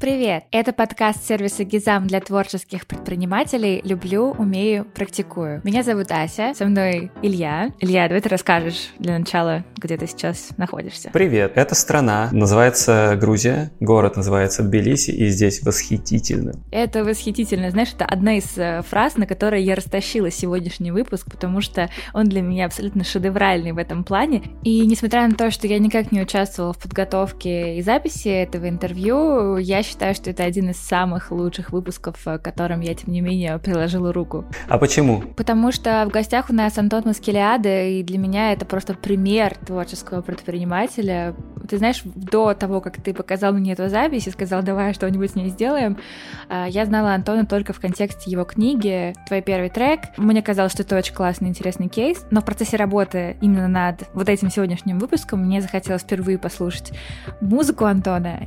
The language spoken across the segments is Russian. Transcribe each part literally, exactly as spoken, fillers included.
Привет! Это подкаст сервиса Гизам для творческих предпринимателей «Люблю, умею, практикую». Меня зовут Ася, со мной Илья. Илья, давай ты расскажешь для начала, где ты сейчас находишься. Привет! Это страна, называется Грузия, город называется Тбилиси, и здесь восхитительно. Это восхитительно. Знаешь, это одна из фраз, на которой я растащила сегодняшний выпуск, потому что он для меня абсолютно шедевральный в этом плане. И несмотря на то, что я никак не участвовала в подготовке и записи этого интервью, я считаю, что это один из самых лучших выпусков, к которым я, тем не менее, приложила руку. А почему? Потому что в гостях у нас Антон Москелиадзе, и для меня это просто пример творческого предпринимателя. Ты знаешь, до того, как ты показал мне эту запись и сказал, давай что-нибудь с ней сделаем, я знала Антона только в контексте его книги «Твой первый трек». Мне казалось, что это очень классный, интересный кейс, но в процессе работы именно над вот этим сегодняшним выпуском мне захотелось впервые послушать музыку Антона,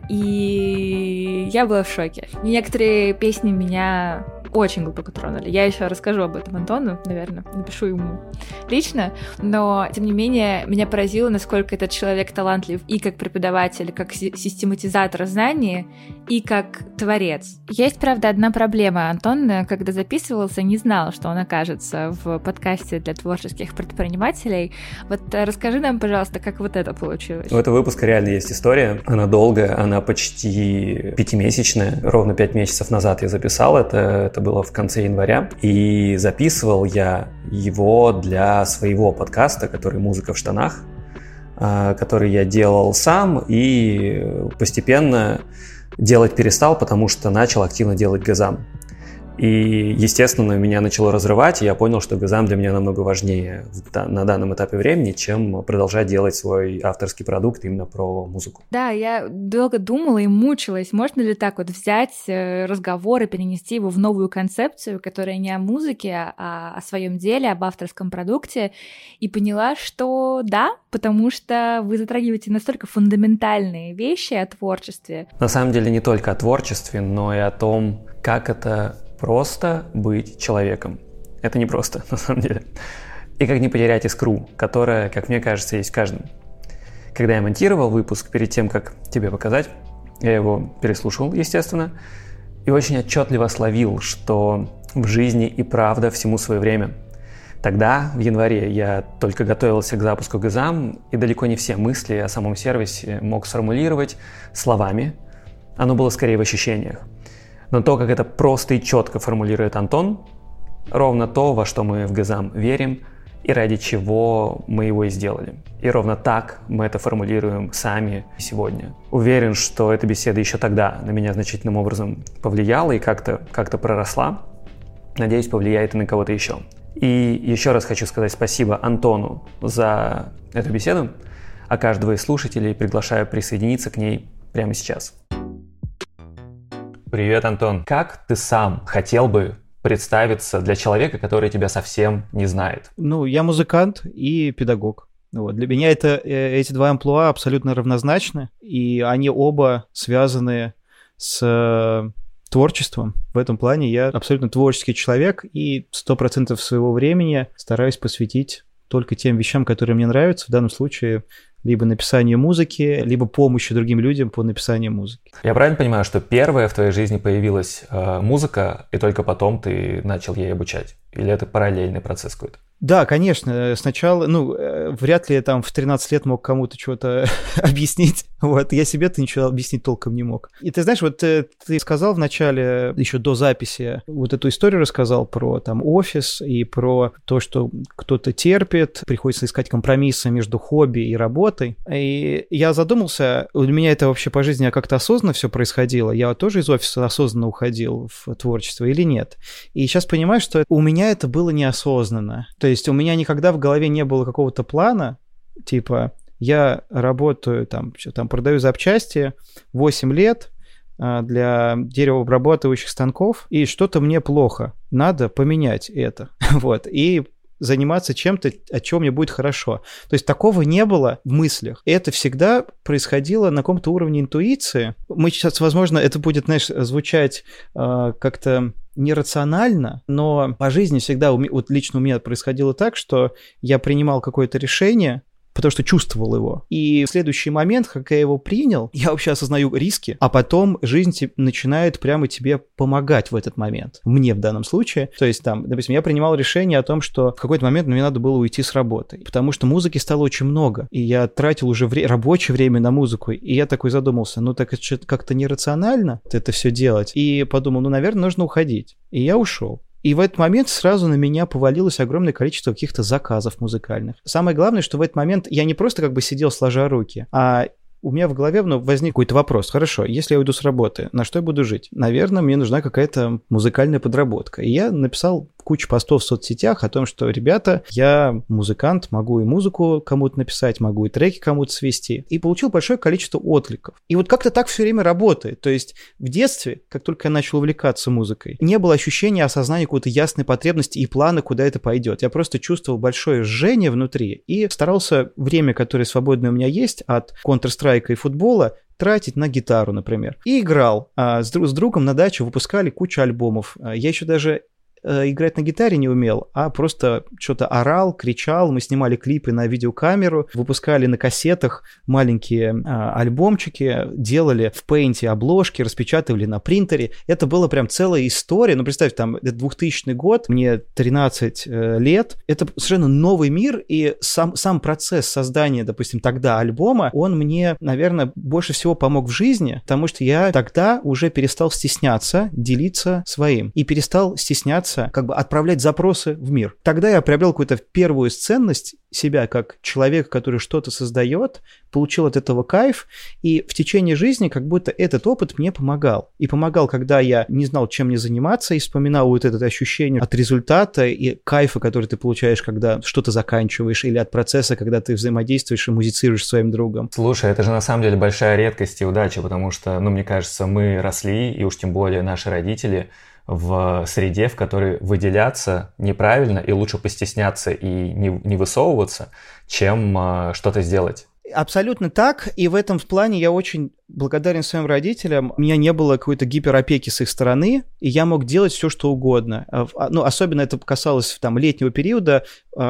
и я была в шоке. Некоторые песни меня очень глубоко тронули. Я еще расскажу об этом Антону, наверное, напишу ему лично, но, тем не менее, меня поразило, насколько этот человек талантлив и как преподаватель, как систематизатор знаний, и как творец. Есть, правда, одна проблема. Антон, когда записывался, не знал, что он окажется в подкасте для творческих предпринимателей. Вот расскажи нам, пожалуйста, как вот это получилось. У этого выпуска реально есть история. Она долгая, она почти пятимесячная. Ровно пять месяцев назад я записал это. Это было в конце января. И записывал я его для своего подкаста, который «Музыка в штанах», который я делал сам и постепенно делать перестал, потому что начал активно делать Гизам. И, естественно, меня начало разрывать, и я понял, что Гизам для меня намного важнее на данном этапе времени, чем продолжать делать свой авторский продукт именно про музыку. Да, я долго думала и мучилась, можно ли так вот взять разговор и перенести его в новую концепцию, которая не о музыке, а о своем деле, об авторском продукте, и поняла, что да, потому что вы затрагиваете настолько фундаментальные вещи о творчестве. На самом деле не только о творчестве, но и о том, как это просто быть человеком. Это не просто, на самом деле. И как не потерять искру, которая, как мне кажется, есть в каждом. Когда я монтировал выпуск, перед тем, как тебе показать, я его переслушал, естественно, и очень отчетливо словил, что в жизни и правда всему свое время. Тогда, в январе, я только готовился к запуску Гизам, и далеко не все мысли о самом сервисе мог сформулировать словами. Оно было скорее в ощущениях. Но то, как это просто и четко формулирует Антон, ровно то, во что мы в Гизам верим и ради чего мы его и сделали. И ровно так мы это формулируем сами сегодня. Уверен, что эта беседа еще тогда на меня значительным образом повлияла и как-то, как-то проросла. Надеюсь, повлияет и на кого-то еще. И еще раз хочу сказать спасибо Антону за эту беседу, а каждого из слушателей приглашаю присоединиться к ней прямо сейчас. Привет, Антон. Как ты сам хотел бы представиться для человека, который тебя совсем не знает? Ну, я музыкант и педагог. Вот. Для меня это, эти два амплуа абсолютно равнозначны, и они оба связаны с творчеством. В этом плане я абсолютно творческий человек, и сто процентов своего времени стараюсь посвятить только тем вещам, которые мне нравятся. В данном случае либо написанию музыки, либо помощи другим людям по написанию музыки. Я правильно понимаю, что первая в твоей жизни появилась э, музыка, и только потом ты начал ей обучать? Или это параллельный процесс какой-то? Да, конечно. Сначала, ну, вряд ли я там в тринадцать лет мог кому-то что-то объяснить. Вот, я себе-то ничего объяснить толком не мог. И ты знаешь, вот ты сказал в начале, еще до записи, вот эту историю рассказал про там офис и про то, что кто-то терпит, приходится искать компромиссы между хобби и работой. И я задумался, у меня это вообще по жизни как-то осознанно все происходило. Я тоже из офиса осознанно уходил в творчество или нет? И сейчас понимаю, что у меня это было неосознанно. То есть у меня никогда в голове не было какого-то плана, типа я работаю, там, что, там продаю запчасти восемь лет для деревообрабатывающих станков, и что-то мне плохо, надо поменять это. Вот, и заниматься чем-то, от чего мне будет хорошо. То есть такого не было в мыслях. Это всегда происходило на каком-то уровне интуиции. Мы сейчас, возможно, это будет, знаешь, звучать э, как-то нерационально, но по жизни всегда, вот лично у меня происходило так, что я принимал какое-то решение, потому что чувствовал его. И в следующий момент, как я его принял, я вообще осознаю риски, а потом жизнь te- начинает прямо тебе помогать в этот момент. Мне в данном случае. То есть там, допустим, я принимал решение о том, что в какой-то момент мне надо было уйти с работы, потому что музыки стало очень много, и я тратил уже вре- рабочее время на музыку, и я такой задумался, ну так это как-то нерационально это все делать, и подумал, ну, наверное, нужно уходить. И я ушел. И в этот момент сразу на меня повалилось огромное количество каких-то заказов музыкальных. Самое главное, что в этот момент я не просто как бы сидел сложа руки, а у меня в голове ну, возник какой-то вопрос. Хорошо, если я уйду с работы, на что я буду жить? Наверное, мне нужна какая-то музыкальная подработка. И я написал кучу постов в соцсетях о том, что, ребята, я музыкант, могу и музыку кому-то написать, могу и треки кому-то свести. И получил большое количество откликов. И вот как-то так все время работает. То есть в детстве, как только я начал увлекаться музыкой, не было ощущения осознания какой-то ясной потребности и плана, куда это пойдет. Я просто чувствовал большое жжение внутри и старался время, которое свободное у меня есть от Counter-Strike и футбола, тратить на гитару, например. И играл. А с, друг, с другом на даче выпускали кучу альбомов. Я еще даже играть на гитаре не умел, а просто что-то орал, кричал. Мы снимали клипы на видеокамеру, выпускали на кассетах маленькие а, альбомчики, делали в пейнте обложки, распечатывали на принтере. Это была прям целая история. Ну, представь, там, это двухтысячный год, мне тринадцать э, лет. Это совершенно новый мир, и сам, сам процесс создания, допустим, тогда альбома, он мне, наверное, больше всего помог в жизни, потому что я тогда уже перестал стесняться делиться своим и перестал стесняться как бы отправлять запросы в мир. Тогда я приобрел какую-то первую ценность себя как человека, который что-то создает, получил от этого кайф, и в течение жизни как будто этот опыт мне помогал. И помогал, когда я не знал, чем мне заниматься, и вспоминал вот это ощущение от результата и кайфа, который ты получаешь, когда что-то заканчиваешь, или от процесса, когда ты взаимодействуешь и музицируешь с своим другом. Слушай, это же на самом деле большая редкость и удача, потому что, ну, мне кажется, мы росли, и уж тем более наши родители, в среде, в которой выделяться неправильно и лучше постесняться и не, не высовываться, чем э, что-то сделать. Абсолютно так, и в этом плане я очень благодарен своим родителям. У меня не было какой-то гиперопеки с их стороны, и я мог делать все, что угодно. Ну, особенно это касалось там летнего периода.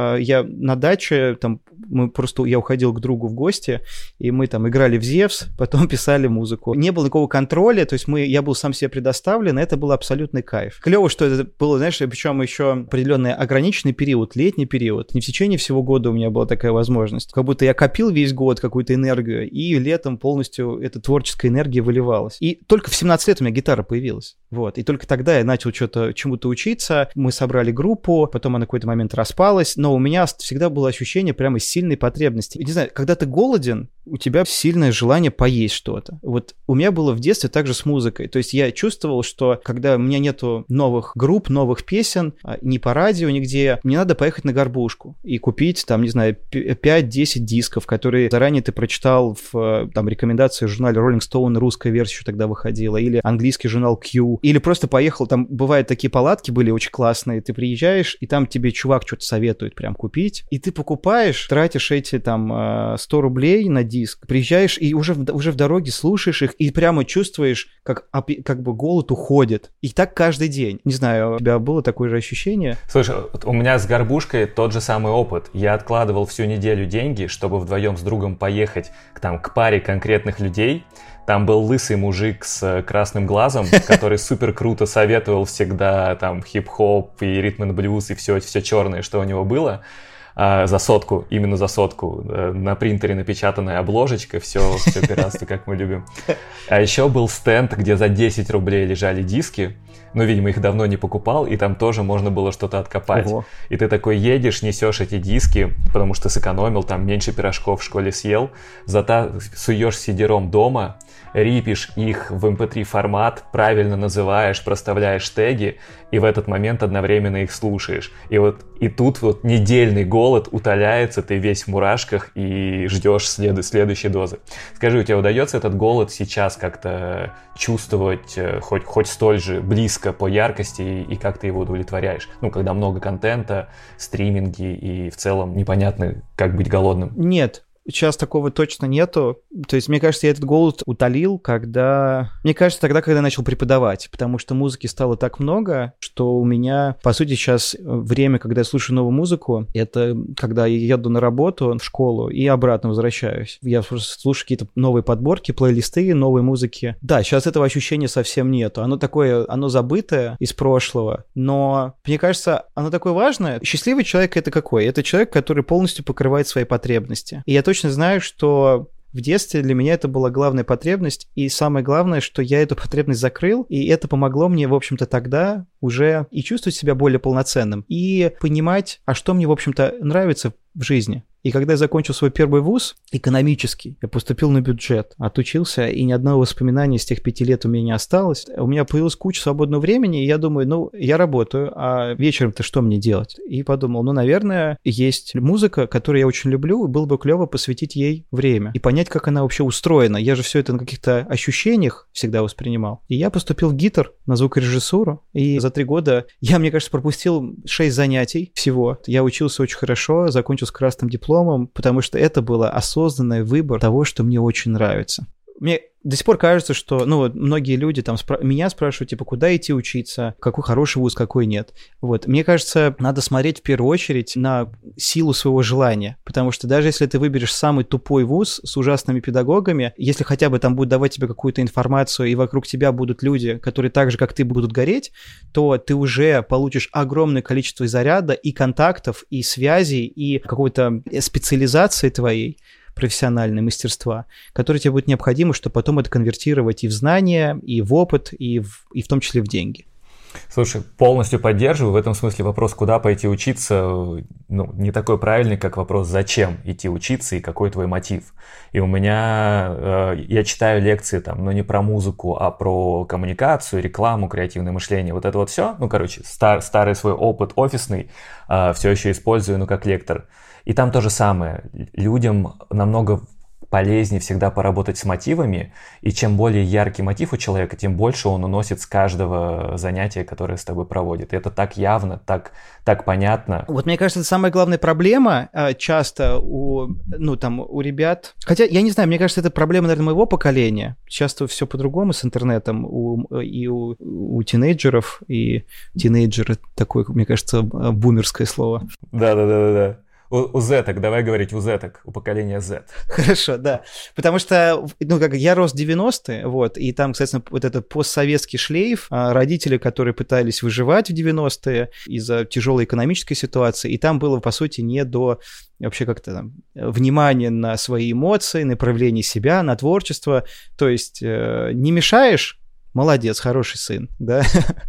Я на даче, там, мы просто, я уходил к другу в гости, и мы там играли в Зевс, потом писали музыку. Не было никакого контроля, то есть мы, я был сам себе предоставлен, и это был абсолютный кайф. Клево, что это было, знаешь, причем еще определенный ограниченный период, летний период. Не в течение всего года у меня была такая возможность. Как будто я копил весь год какую-то энергию, и летом полностью эта творческая энергия выливалась. И только в семнадцать лет у меня гитара появилась. Вот. И только тогда я начал что-то чему-то учиться. Мы собрали группу, потом она в какой-то момент распалась, но у меня всегда было ощущение прямо сильной потребности. И, не знаю, когда ты голоден, у тебя сильное желание поесть что-то. Вот у меня было в детстве также с музыкой. То есть я чувствовал, что когда у меня нету новых групп, новых песен, ни по радио, нигде, мне надо поехать на горбушку и купить, там, не знаю, пять-десять дисков, которые заранее ты прочитал в там, рекомендации в журнале Rolling Stone, русская версия еще тогда выходила, или английский журнал Q, или просто поехал, там бывают такие палатки были очень классные, ты приезжаешь, и там тебе чувак что-то советует прям купить, и ты покупаешь, тратишь эти там сто рублей на диск, приезжаешь и уже в, уже в дороге слушаешь их, и прямо чувствуешь, как, как бы голод уходит. И так каждый день. Не знаю, у тебя было такое же ощущение? Слушай, у меня с горбушкой тот же самый опыт. Я откладывал всю неделю деньги, чтобы вдвоем с другом поехать к, там, к паре конкретных людей. Там был лысый мужик с красным глазом, который супер круто советовал всегда там хип-хоп и ритм-н-блюз и все, все черное, что у него было. За сотку, именно за сотку. На принтере напечатанная обложечка, все, все пиратство, как мы любим. А еще был стенд, где за десять рублей лежали диски. Ну, видимо, их давно не покупал, и там тоже можно было что-то откопать. Ого. И ты такой едешь, несешь эти диски, потому что сэкономил, там меньше пирожков в школе съел, зато суешь сидером дома, рипишь их в эм пэ три формат, правильно называешь, проставляешь теги, и в этот момент одновременно их слушаешь. И вот и тут вот недельный голод утоляется, ты весь в мурашках и ждешь след... следующей дозы. Скажи, у тебя удается этот голод сейчас как-то чувствовать хоть, хоть столь же близко по яркости, и как ты его удовлетворяешь? Ну, когда много контента, стриминги и в целом непонятно, как быть голодным. Нет. Сейчас такого точно нету. То есть, мне кажется, я этот голод утолил, когда... Мне кажется, тогда, когда начал преподавать, потому что музыки стало так много, что у меня, по сути, сейчас время, когда я слушаю новую музыку, это когда я еду на работу, в школу и обратно возвращаюсь. Я просто слушаю какие-то новые подборки, плейлисты, новые музыки. Да, сейчас этого ощущения совсем нету. Оно такое, оно забытое из прошлого, но, мне кажется, оно такое важное. Счастливый человек — это какой? Это человек, который полностью покрывает свои потребности. И я точно знаю, что в детстве для меня это была главная потребность, и самое главное, что я эту потребность закрыл, и это помогло мне, в общем-то, тогда уже и чувствовать себя более полноценным, и понимать, а что мне, в общем-то, нравится в жизни. И когда я закончил свой первый вуз, экономический, я поступил на бюджет, отучился, и ни одного воспоминания с тех пяти лет у меня не осталось. У меня появилась куча свободного времени, и я думаю, ну, я работаю, а вечером-то что мне делать? И подумал, ну, наверное, есть музыка, которую я очень люблю, и было бы клево посвятить ей время и понять, как она вообще устроена. Я же все это на каких-то ощущениях всегда воспринимал. И я поступил в ГИТР на звукорежиссуру, и за три года я, мне кажется, пропустил шесть занятий всего. Я учился очень хорошо, закончил с красным дипломом, потому что это был осознанный выбор того, что мне очень нравится. Мне до сих пор кажется, что, ну, вот многие люди там спра- меня спрашивают, типа, куда идти учиться, какой хороший вуз, какой нет. Вот, мне кажется, надо смотреть в первую очередь на силу своего желания, потому что даже если ты выберешь самый тупой вуз с ужасными педагогами, если хотя бы там будут давать тебе какую-то информацию, и вокруг тебя будут люди, которые так же, как ты, будут гореть, то ты уже получишь огромное количество заряда и контактов, и связей, и какой-то специализации твоей, профессиональные мастерства, которые тебе будут необходимы, чтобы потом это конвертировать и в знания, и в опыт, и в, и в том числе в деньги. Слушай, полностью поддерживаю. В этом смысле вопрос, куда пойти учиться, ну, не такой правильный, как вопрос, зачем идти учиться и какой твой мотив. И у меня, э, я читаю лекции там, но не про музыку, а про коммуникацию, рекламу, креативное мышление. Вот это вот все, ну, короче, стар, старый свой опыт офисный э, все еще использую, ну, как лектор. И там то же самое. Людям намного полезнее всегда поработать с мотивами, и чем более яркий мотив у человека, тем больше он уносит с каждого занятия, которое с тобой проводит. И это так явно, так, так понятно. Вот мне кажется, это самая главная проблема часто у, ну, там, у ребят. Хотя, я не знаю, мне кажется, это проблема, наверное, моего поколения. Часто все по-другому с интернетом у, и у, у тинейджеров, и тинейджеры такое, мне кажется, бумерское слово. Да-да-да-да. У, у зеток, давай говорить у зеток, у поколения Z. Хорошо, да. Потому что, ну, как я рос в девяностые, вот, и там, кстати, вот этот постсоветский шлейф, родители, которые пытались выживать в девяностые из-за тяжелой экономической ситуации, и там было, по сути, не до вообще как-то там внимания на свои эмоции, на проявление себя, на творчество. То есть э, не мешаешь, молодец, хороший сын, да.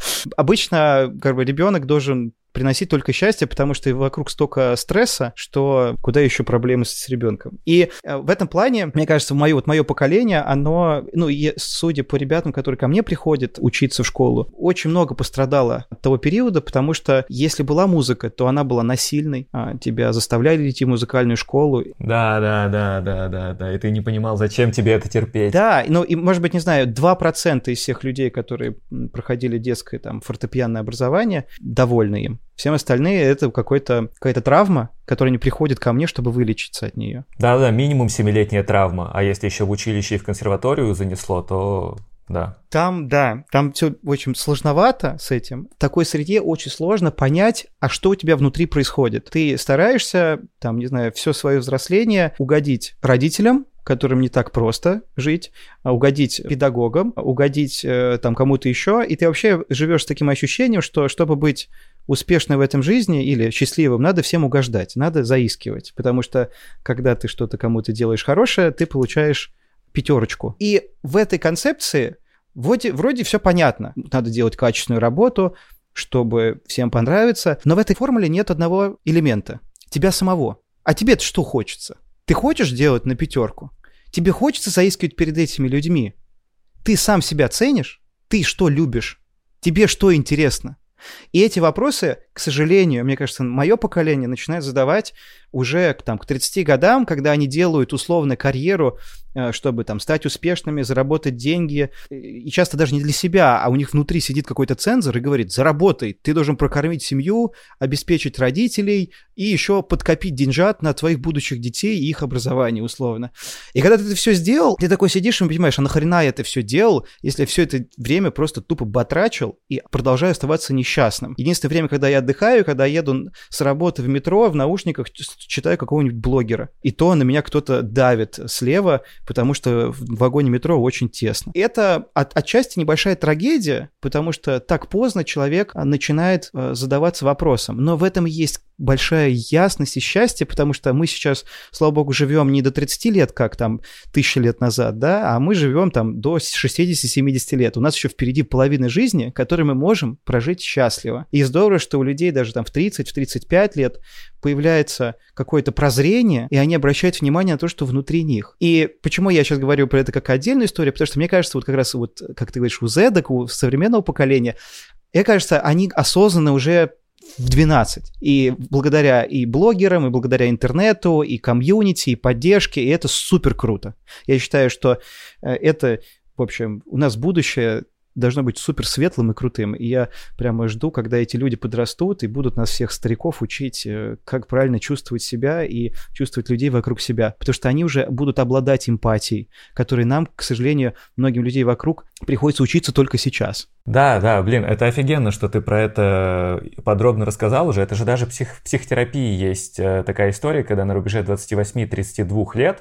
Обычно, как бы, ребенок должен приносить только счастье, потому что вокруг столько стресса, что куда еще проблемы с, с ребенком. И в этом плане, мне кажется, мое, вот мое поколение, оно, ну, и, судя по ребятам, которые ко мне приходят учиться в школу, очень много пострадало от того периода, потому что если была музыка, то она была насильной, а тебя заставляли идти в музыкальную школу. Да, да, да, да, да, да, и ты не понимал, зачем тебе это терпеть. Да, ну и, может быть, не знаю, два процента из всех людей, которые проходили детское там фортепианное образование, довольны им. Всем остальные — это какой-то, какая-то травма, которая не приходит ко мне, чтобы вылечиться от нее. Да-да, минимум семилетняя травма. А если еще в училище и в консерваторию занесло, то да. Там, да, там все очень сложновато с этим. В такой среде очень сложно понять, а что у тебя внутри происходит. Ты стараешься, там, не знаю, все свое взросление угодить родителям, которым не так просто жить, угодить педагогам, угодить э, там кому-то еще, и ты вообще живешь с таким ощущением, что чтобы быть успешным в этом жизни или счастливым, надо всем угождать, надо заискивать, потому что когда ты что-то кому-то делаешь хорошее, ты получаешь пятерочку. И в этой концепции вроде, вроде все понятно, надо делать качественную работу, чтобы всем понравиться, но в этой формуле нет одного элемента – тебя самого. А тебе-то что хочется? Ты хочешь делать на пятерку? Тебе хочется заискивать перед этими людьми? Ты сам себя ценишь? Ты что любишь? Тебе что интересно? И эти вопросы, к сожалению, мне кажется, мое поколение начинает задавать уже там, к тридцати годам, когда они делают условно карьеру, чтобы там стать успешными, заработать деньги, и часто даже не для себя, а у них внутри сидит какой-то цензор и говорит: заработай, ты должен прокормить семью, обеспечить родителей и еще подкопить деньжат на твоих будущих детей и их образование условно. И когда ты это все сделал, ты такой сидишь и понимаешь, а нахрена я это все делал, если я все это время просто тупо батрачил и продолжаю оставаться несчастным. Единственное время, когда я отдыхаю, когда еду с работы в метро, в наушниках, читаю какого-нибудь блогера. И то на меня кто-то давит слева, потому что в вагоне метро очень тесно. Это от, отчасти небольшая трагедия, потому что так поздно человек начинает э, задаваться вопросом. Но в этом есть большая ясность и счастье, потому что мы сейчас, слава богу, живем не до тридцати лет, как там тысячи лет назад, да, а мы живем там до шестидесяти-семидесяти лет. У нас еще впереди половина жизни, которую мы можем прожить счастливо. И здорово, что у людей даже там в тридцать, в тридцать пять лет появляется какое-то прозрение, и они обращают внимание на то, что внутри них. И почему я сейчас говорю про это как отдельную историю? Потому что мне кажется, вот как раз вот, как ты говоришь, у зедок, у современного поколения, мне кажется, они осознанно уже в двенадцать. И благодаря и блогерам, и благодаря интернету, и комьюнити, и поддержке, и это супер круто. Я считаю, что это, в общем, у нас будущее должно быть супер светлым и крутым. И я прямо жду, когда эти люди подрастут и будут нас всех стариков учить, как правильно чувствовать себя и чувствовать людей вокруг себя. Потому что они уже будут обладать эмпатией, которой нам, к сожалению, многим людей вокруг приходится учиться только сейчас. Да, да, блин, это офигенно, что ты про это подробно рассказал уже. Это же даже псих, в психотерапии есть такая история, когда на рубеже двадцати восьми тридцати двух лет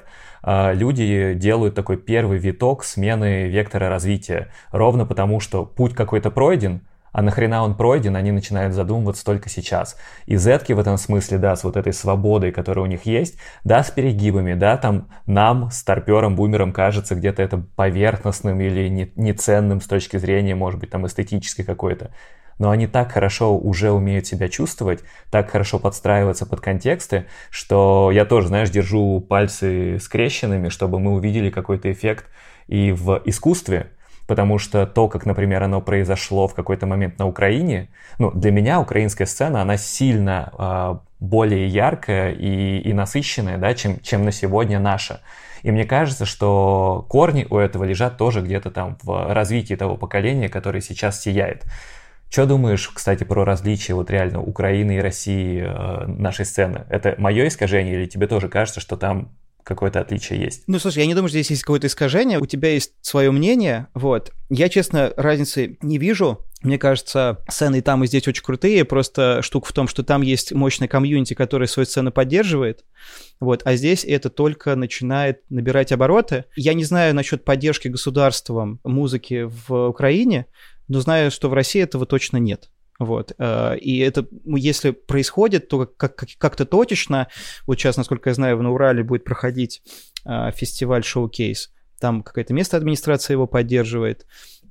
люди делают такой первый виток смены вектора развития. Ровно потому, что путь какой-то пройден, а нахрена он пройден, они начинают задумываться только сейчас. И зетки в этом смысле, да, с вот этой свободой, которая у них есть, да, с перегибами, да, там нам, старперам, бумерам, кажется где-то это поверхностным или не, неценным с точки зрения, может быть, там, эстетической какой-то. Но они так хорошо уже умеют себя чувствовать, так хорошо подстраиваться под контексты, что я тоже, знаешь, держу пальцы скрещенными, чтобы мы увидели какой-то эффект и в искусстве, потому что то, как, например, оно произошло в какой-то момент на Украине, ну, для меня украинская сцена, она сильно э, более яркая и, и насыщенная, да, чем, чем на сегодня наша. И мне кажется, что корни у этого лежат тоже где-то там в развитии того поколения, которое сейчас сияет. Что думаешь, кстати, про различия вот реально Украины и России э, нашей сцены? Это мое искажение или тебе тоже кажется, что там какое-то отличие есть? Ну, слушай, я не думаю, что здесь есть какое-то искажение. У тебя есть свое мнение, вот. Я, честно, разницы не вижу. Мне кажется, сцены и там, и здесь очень крутые. Просто штука в том, что там есть мощная комьюнити, которая свою сцену поддерживает. Вот, а здесь это только начинает набирать обороты. Я не знаю насчет поддержки государством музыки в Украине, но знаю, что в России этого точно нет. Вот. И это, если происходит, то как- как- как-то точечно. Вот сейчас, насколько я знаю, на Урале будет проходить фестиваль «Шоу-кейс». Там какое-то место администрация его поддерживает.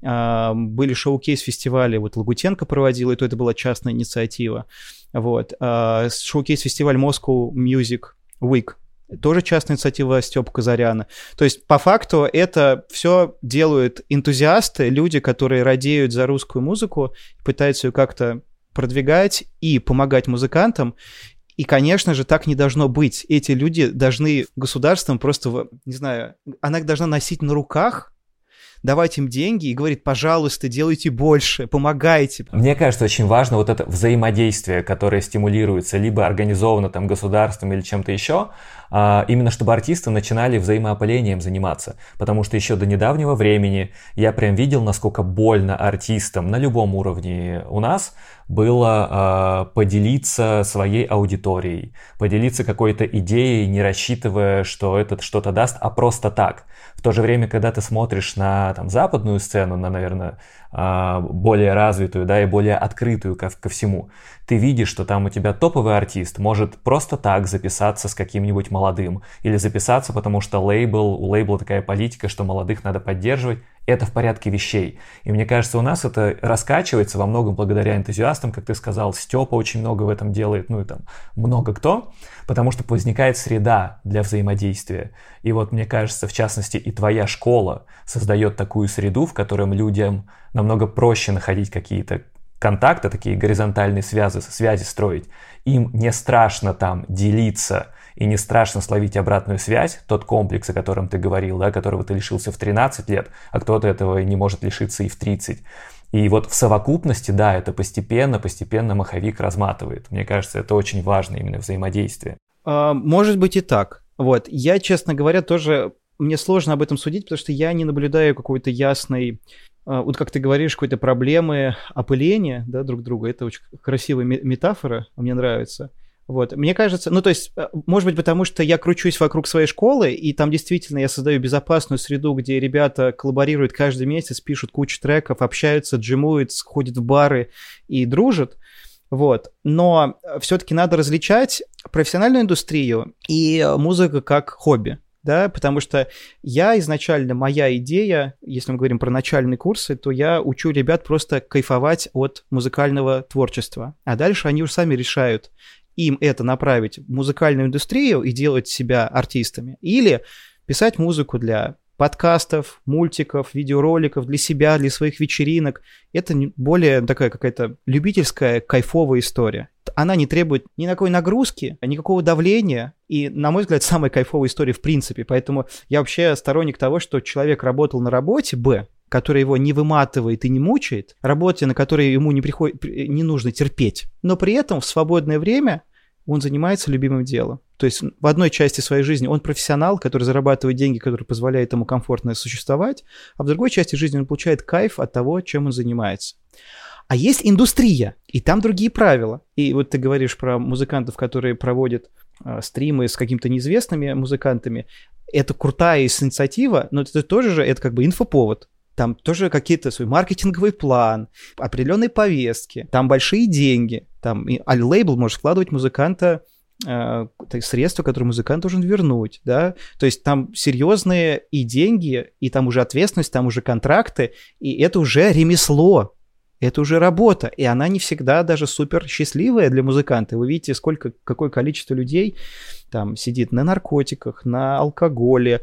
Были шоу-кейс-фестивали, вот Лагутенко проводил, и то это была частная инициатива. Вот. Шоу-кейс-фестиваль Moscow Music Week. Тоже частная инициатива Стёпы Казаряна. То есть, по факту, это все делают энтузиасты, люди, которые радеют за русскую музыку, пытаются ее как-то продвигать и помогать музыкантам. И, конечно же, так не должно быть. Эти люди должны государством просто, не знаю, она их должна носить на руках, давать им деньги и говорить: пожалуйста, делайте больше, помогайте. Мне кажется, очень важно вот это взаимодействие, которое стимулируется либо организовано там государством или чем-то еще, а, именно чтобы артисты начинали взаимоопылением заниматься. Потому что еще до недавнего времени я прям видел, насколько больно артистам на любом уровне у нас было э, поделиться своей аудиторией, поделиться какой-то идеей, не рассчитывая, что это что-то даст, а просто так. В то же время, когда ты смотришь на там, западную сцену, на, наверное, э, более развитую, да, и более открытую ко, ко всему, ты видишь, что там у тебя топовый артист может просто так записаться с каким-нибудь молодым, или записаться, потому что лейбл, у лейбла такая политика, что молодых надо поддерживать. Это в порядке вещей. И мне кажется, у нас это раскачивается во многом благодаря энтузиастам, как ты сказал, Степа очень много в этом делает, ну и там много кто, потому что возникает среда для взаимодействия. И вот мне кажется, в частности, и твоя школа создает такую среду, в которой людям намного проще находить какие-то контакты, такие горизонтальные связи, связи строить, им не страшно там делиться и не страшно словить обратную связь, тот комплекс, о котором ты говорил, да, которого ты лишился в тринадцать лет, а кто-то этого не может лишиться и в тридцать. И вот в совокупности, да, это постепенно, постепенно маховик разматывает. Мне кажется, это очень важно именно взаимодействие. А, может быть и так. Вот. Я, честно говоря, тоже... Мне сложно об этом судить, потому что я не наблюдаю какой-то ясной... Вот как ты говоришь, какой-то проблемы опыления, да, друг друга. Это очень красивая метафора, мне нравится. Вот. Мне кажется, ну то есть, может быть, потому что я кручусь вокруг своей школы, и там действительно я создаю безопасную среду, где ребята коллаборируют каждый месяц, пишут кучу треков, общаются, джимуют, ходят в бары и дружат. Вот. Но все-таки надо различать профессиональную индустрию и музыку как хобби. Да, потому что я изначально, моя идея, если мы говорим про начальные курсы, то я учу ребят просто кайфовать от музыкального творчества. А дальше они уже сами решают, им это направить в музыкальную индустрию и делать себя артистами, или писать музыку для подкастов, мультиков, видеороликов, для себя, для своих вечеринок. Это более такая какая-то любительская, кайфовая история. Она не требует никакой нагрузки, никакого давления, и, на мой взгляд, самая кайфовая история в принципе. Поэтому я вообще сторонник того, что человек работал на работе, б, которая его не выматывает и не мучает, работе, на которой ему не, приходит, не нужно терпеть, но при этом в свободное время он занимается любимым делом. То есть в одной части своей жизни он профессионал, который зарабатывает деньги, который позволяет ему комфортно существовать, а в другой части жизни он получает кайф от того, чем он занимается. А есть индустрия, и там другие правила. И вот ты говоришь про музыкантов, которые проводят э, стримы с какими-то неизвестными музыкантами. Это крутая инициатива, но это тоже же, это как бы инфоповод. Там тоже какие-то свой маркетинговый план, определенные повестки, там большие деньги. Там лейбл может вкладывать музыканта э, средства, которые музыкант должен вернуть, да. То есть там серьезные и деньги, и там уже ответственность, там уже контракты, и это уже ремесло. Это уже работа, и она не всегда даже супер счастливая для музыканта. Вы видите, сколько, какое количество людей там сидит на наркотиках, на алкоголе.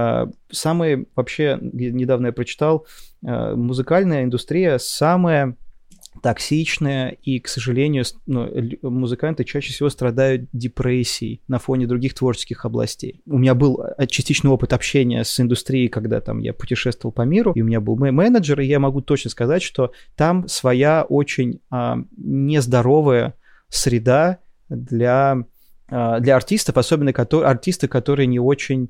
Самые, вообще, недавно я прочитал, музыкальная индустрия самая токсичная, и, к сожалению, ну, музыканты чаще всего страдают депрессией на фоне других творческих областей. У меня был частичный опыт общения с индустрией, когда там я путешествовал по миру, и у меня был менеджер, и я могу точно сказать, что там своя очень а, нездоровая среда для, а, для артистов, особенно которые, артисты, которые не очень...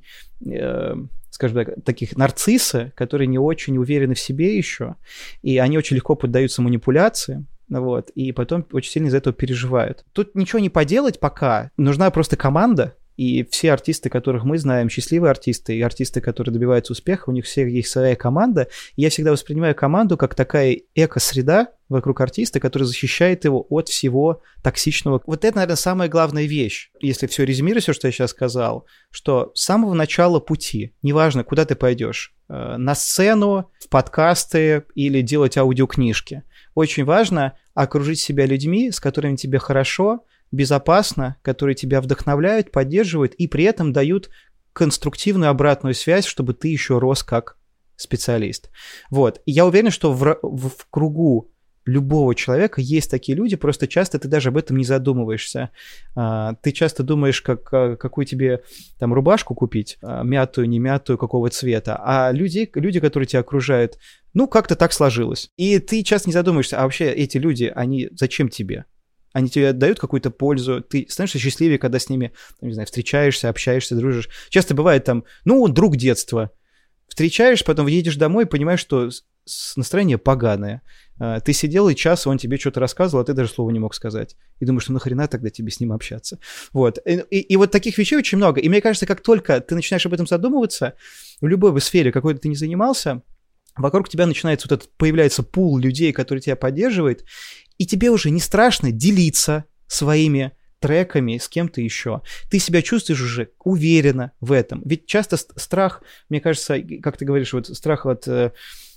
Э, скажем так, таких нарциссы, которые не очень уверены в себе еще, и они очень легко поддаются манипуляциям, вот, и потом очень сильно из-за этого переживают. Тут ничего не поделать пока, нужна просто команда, и все артисты, которых мы знаем, счастливые артисты, и артисты, которые добиваются успеха, у них всех есть своя команда, и я всегда воспринимаю команду как такая эко-среда вокруг артиста, которая защищает его от всего токсичного. Вот это, наверное, самая главная вещь, если все резюмировать, все, что я сейчас сказал, что с самого начала пути, неважно, куда ты пойдешь, на сцену, в подкасты или делать аудиокнижки, очень важно окружить себя людьми, с которыми тебе хорошо, безопасно, которые тебя вдохновляют, поддерживают и при этом дают конструктивную обратную связь, чтобы ты еще рос как специалист. Вот. И я уверен, что в, в, в кругу любого человека есть такие люди, просто часто ты даже об этом не задумываешься. А, ты часто думаешь, как, какую тебе там рубашку купить, мятую, не мятую, какого цвета, а люди, люди, которые тебя окружают, ну, как-то так сложилось. И ты часто не задумываешься, а вообще эти люди, они зачем тебе? Они тебе дают какую-то пользу, ты становишься счастливее, когда с ними, не знаю, встречаешься, общаешься, дружишь. Часто бывает там, ну, друг детства. Встречаешь, потом едешь домой и понимаешь, что настроение поганое. Ты сидел и час, он тебе что-то рассказывал, а ты даже слова не мог сказать. И думаешь, ну нахрена тогда тебе с ним общаться? Вот. И, и, и вот таких вещей очень много. И мне кажется, как только ты начинаешь об этом задумываться, в любой бы сфере, какой-то ты не занимался, вокруг тебя начинается вот этот, появляется пул людей, который тебя поддерживает, и тебе уже не страшно делиться своими треками с кем-то еще. Ты себя чувствуешь уже уверенно в этом. Ведь часто страх, мне кажется, как ты говоришь, вот страх от э,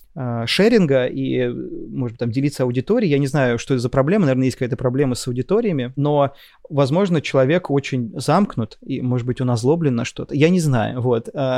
шеринга и, может быть, там делиться аудиторией. Я не знаю, что это за проблема. Наверное, есть какая-то проблема с аудиториями, но, возможно, человек очень замкнут, и, может быть, он озлоблен на что-то. Я не знаю, вот.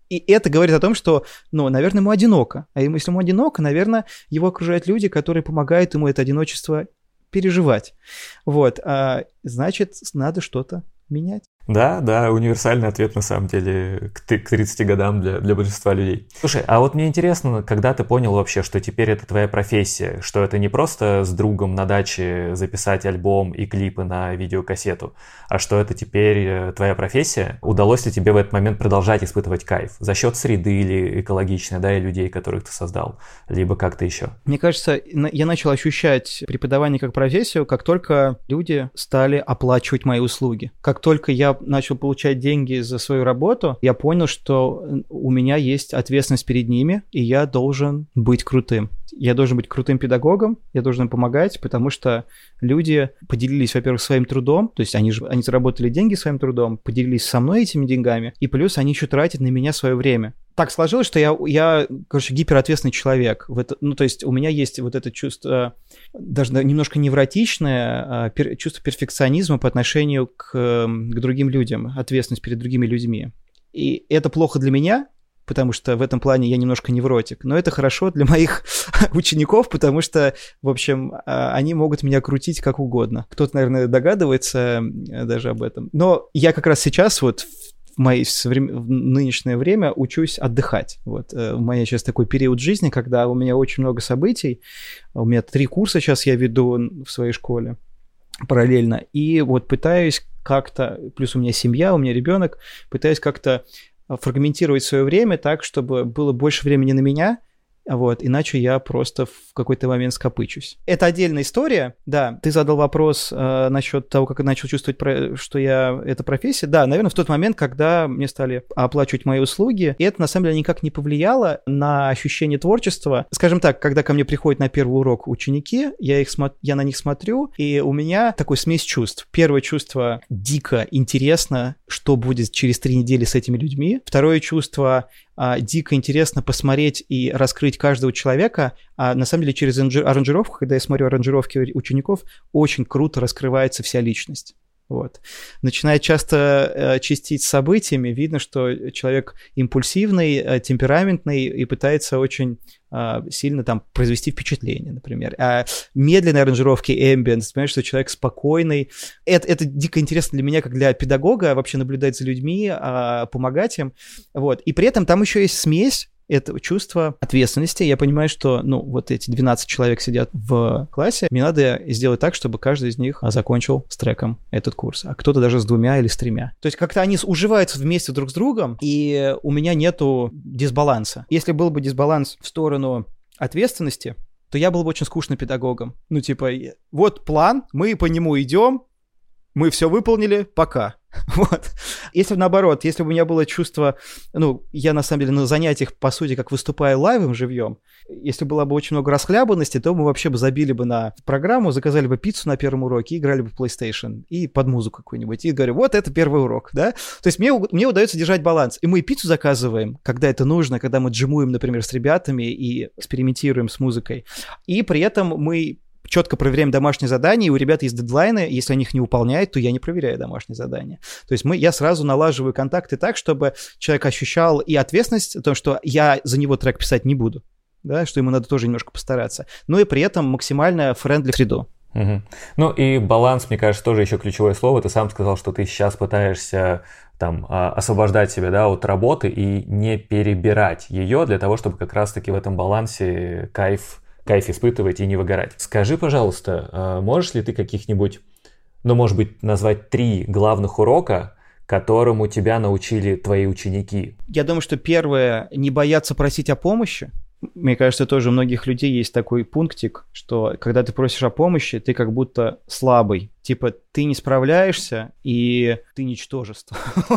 И это говорит о том, что, ну, наверное, ему одиноко. А если ему одиноко, наверное, его окружают люди, которые помогают ему это одиночество переживать. Вот. А, значит, надо что-то менять. Да, да, универсальный ответ на самом деле к тридцати годам для, для большинства людей. Слушай, а вот мне интересно, когда ты понял вообще, что теперь это твоя профессия, что это не просто с другом на даче записать альбом и клипы на видеокассету, а что это теперь твоя профессия? Удалось ли тебе в этот момент продолжать испытывать кайф? За счет среды или экологичной, да, и людей, которых ты создал, либо как-то еще? Мне кажется, я начал ощущать преподавание как профессию, как только люди стали оплачивать мои услуги. Как только я начал получать деньги за свою работу, я понял, что у меня есть ответственность перед ними, и я должен быть крутым. Я должен быть крутым педагогом, я должен им помогать, потому что люди поделились, во-первых, своим трудом, то есть они же они заработали деньги своим трудом, поделились со мной этими деньгами, и плюс они еще тратят на меня свое время. Так сложилось, что я, я короче, гиперответственный человек. В это, ну, то есть у меня есть вот это чувство, даже немножко невротичное, пер, чувство перфекционизма по отношению к, к другим людям, ответственность перед другими людьми. И это плохо для меня, потому что в этом плане я немножко невротик. Но это хорошо для моих учеников, потому что, в общем, они могут меня крутить как угодно. Кто-то, наверное, догадывается даже об этом. Но я как раз сейчас вот в моей соврем... в нынешнее время учусь отдыхать. Вот. У меня сейчас такой период жизни, когда у меня очень много событий. У меня три курса сейчас я веду в своей школе параллельно. И вот пытаюсь как-то, плюс у меня семья, у меня ребенок, пытаюсь как-то фрагментировать свое время так, чтобы было больше времени на меня, вот, иначе я просто в какой-то момент скопычусь. Это отдельная история, да. Ты задал вопрос э, насчет того, как я начал чувствовать, про, что я это профессия. Да, наверное, в тот момент, когда мне стали оплачивать мои услуги, и это, на самом деле, никак не повлияло на ощущение творчества. Скажем так, когда ко мне приходят на первый урок ученики, я, их смо- я на них смотрю, и у меня такой смесь чувств. Первое чувство — дико интересно, что будет через три недели с этими людьми. Второе чувство — дико интересно посмотреть и раскрыть каждого человека, а на самом деле через аранжировку, когда я смотрю аранжировки учеников, очень круто раскрывается вся личность. Вот. Начинает часто э, чистить событиями, видно, что человек импульсивный, э, темпераментный и пытается очень э, сильно там произвести впечатление, например. А медленные аранжировки, ambient, понимаешь, что человек спокойный. Это, это дико интересно для меня, как для педагога, вообще наблюдать за людьми, э, помогать им. Вот. И при этом там еще есть смесь. Это чувство ответственности. Я понимаю, что, ну, вот эти двенадцать человек сидят в классе, мне надо сделать так, чтобы каждый из них закончил с треком этот курс, а кто-то даже с двумя или с тремя. То есть как-то они уживаются вместе друг с другом, и у меня нету дисбаланса. Если был бы дисбаланс в сторону ответственности, то я был бы очень скучным педагогом. Ну, типа, вот план, мы по нему идем, мы все выполнили, пока. Вот. Если бы наоборот, если бы у меня было чувство, ну, я на самом деле на занятиях, по сути, как выступаю лайвом живьем, если было бы очень много расхлябанности, то мы вообще бы забили бы на программу, заказали бы пиццу на первом уроке, играли бы в PlayStation и под музыку какую-нибудь, и говорю, вот это первый урок, да? То есть мне, мне удается держать баланс, и мы пиццу заказываем, когда это нужно, когда мы джимуем, например, с ребятами и экспериментируем с музыкой, и при этом мы четко проверяем домашние задания, и у ребят есть дедлайны, если они их не выполняют, то я не проверяю домашние задания. То есть мы, я сразу налаживаю контакты так, чтобы человек ощущал и ответственность о том, что я за него трек писать не буду, да, что ему надо тоже немножко постараться, но и при этом максимально френдли среду. Угу. Ну и баланс, мне кажется, тоже еще ключевое слово. Ты сам сказал, что ты сейчас пытаешься там освобождать себя, да, от работы и не перебирать ее для того, чтобы как раз-таки в этом балансе кайф кайф испытывать и не выгорать. Скажи, пожалуйста, можешь ли ты каких-нибудь, ну, может быть, назвать три главных урока, которому тебя научили твои ученики? Я думаю, что первое — не бояться просить о помощи. Мне кажется, тоже у многих людей есть такой пунктик, что когда ты просишь о помощи, ты как будто слабый. Типа, ты не справляешься, и ты ничтожество.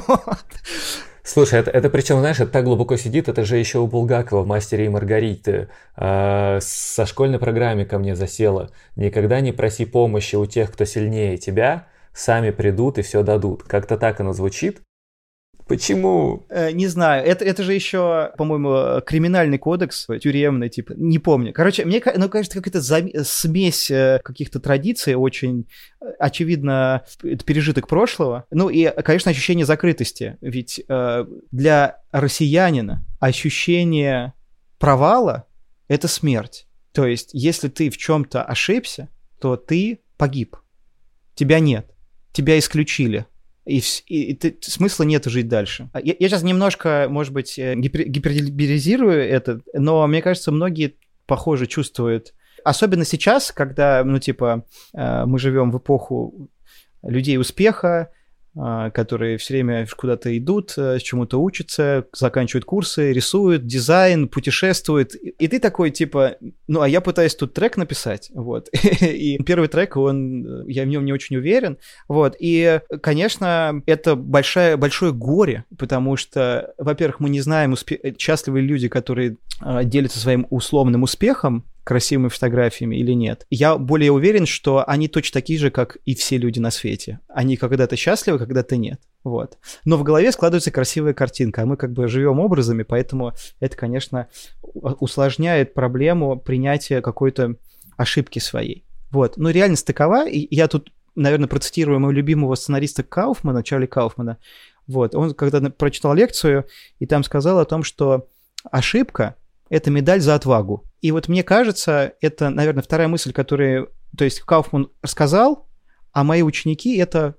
Слушай, это, это причем, знаешь, это так глубоко сидит, это же еще у Булгакова в «Мастере и Маргарите». Э, со школьной программы ко мне засело. Никогда не проси помощи у тех, кто сильнее тебя, сами придут и все дадут. Как-то так оно звучит. Почему? Не знаю, это, это же еще, по-моему, криминальный кодекс, тюремный, типа, не помню. Короче, мне ну, кажется, какая-то зам... смесь каких-то традиций, очень очевидно, это пережиток прошлого. Ну и, конечно, ощущение закрытости. Ведь э, для россиянина ощущение провала — это смерть. То есть, если ты в чем-то ошибся, то ты погиб. Тебя нет. Тебя исключили. И, и, и ты, смысла нет жить дальше. Я, я сейчас немножко, может быть, гипер, гиперболизирую это, но мне кажется, многие, похоже, чувствуют. Особенно сейчас, когда, ну, типа, мы живем в эпоху людей успеха, которые все время куда-то идут, чему-то учатся, заканчивают курсы, рисуют, дизайн, путешествуют. И ты такой, типа, ну, а я пытаюсь тут трек написать, вот. И первый трек, он, я в нем не очень уверен, вот. И, конечно, это большое, большое горе, потому что, во-первых, мы не знаем, успе- счастливые люди, которые делятся своим условным успехом, красивыми фотографиями или нет. Я более уверен, что они точно такие же, как и все люди на свете. Они когда-то счастливы, когда-то нет. Вот. Но в голове складывается красивая картинка, а мы как бы живем образами, поэтому это, конечно, усложняет проблему принятия какой-то ошибки своей. Вот. Но реальность такова, и я тут, наверное, процитирую моего любимого сценариста Кауфмана, Чарли Кауфмана. Вот. Он когда прочитал лекцию, и там сказал о том, что ошибка — это медаль за отвагу. И вот мне кажется, это, наверное, вторая мысль, которую, то есть Кауфман рассказал, а мои ученики это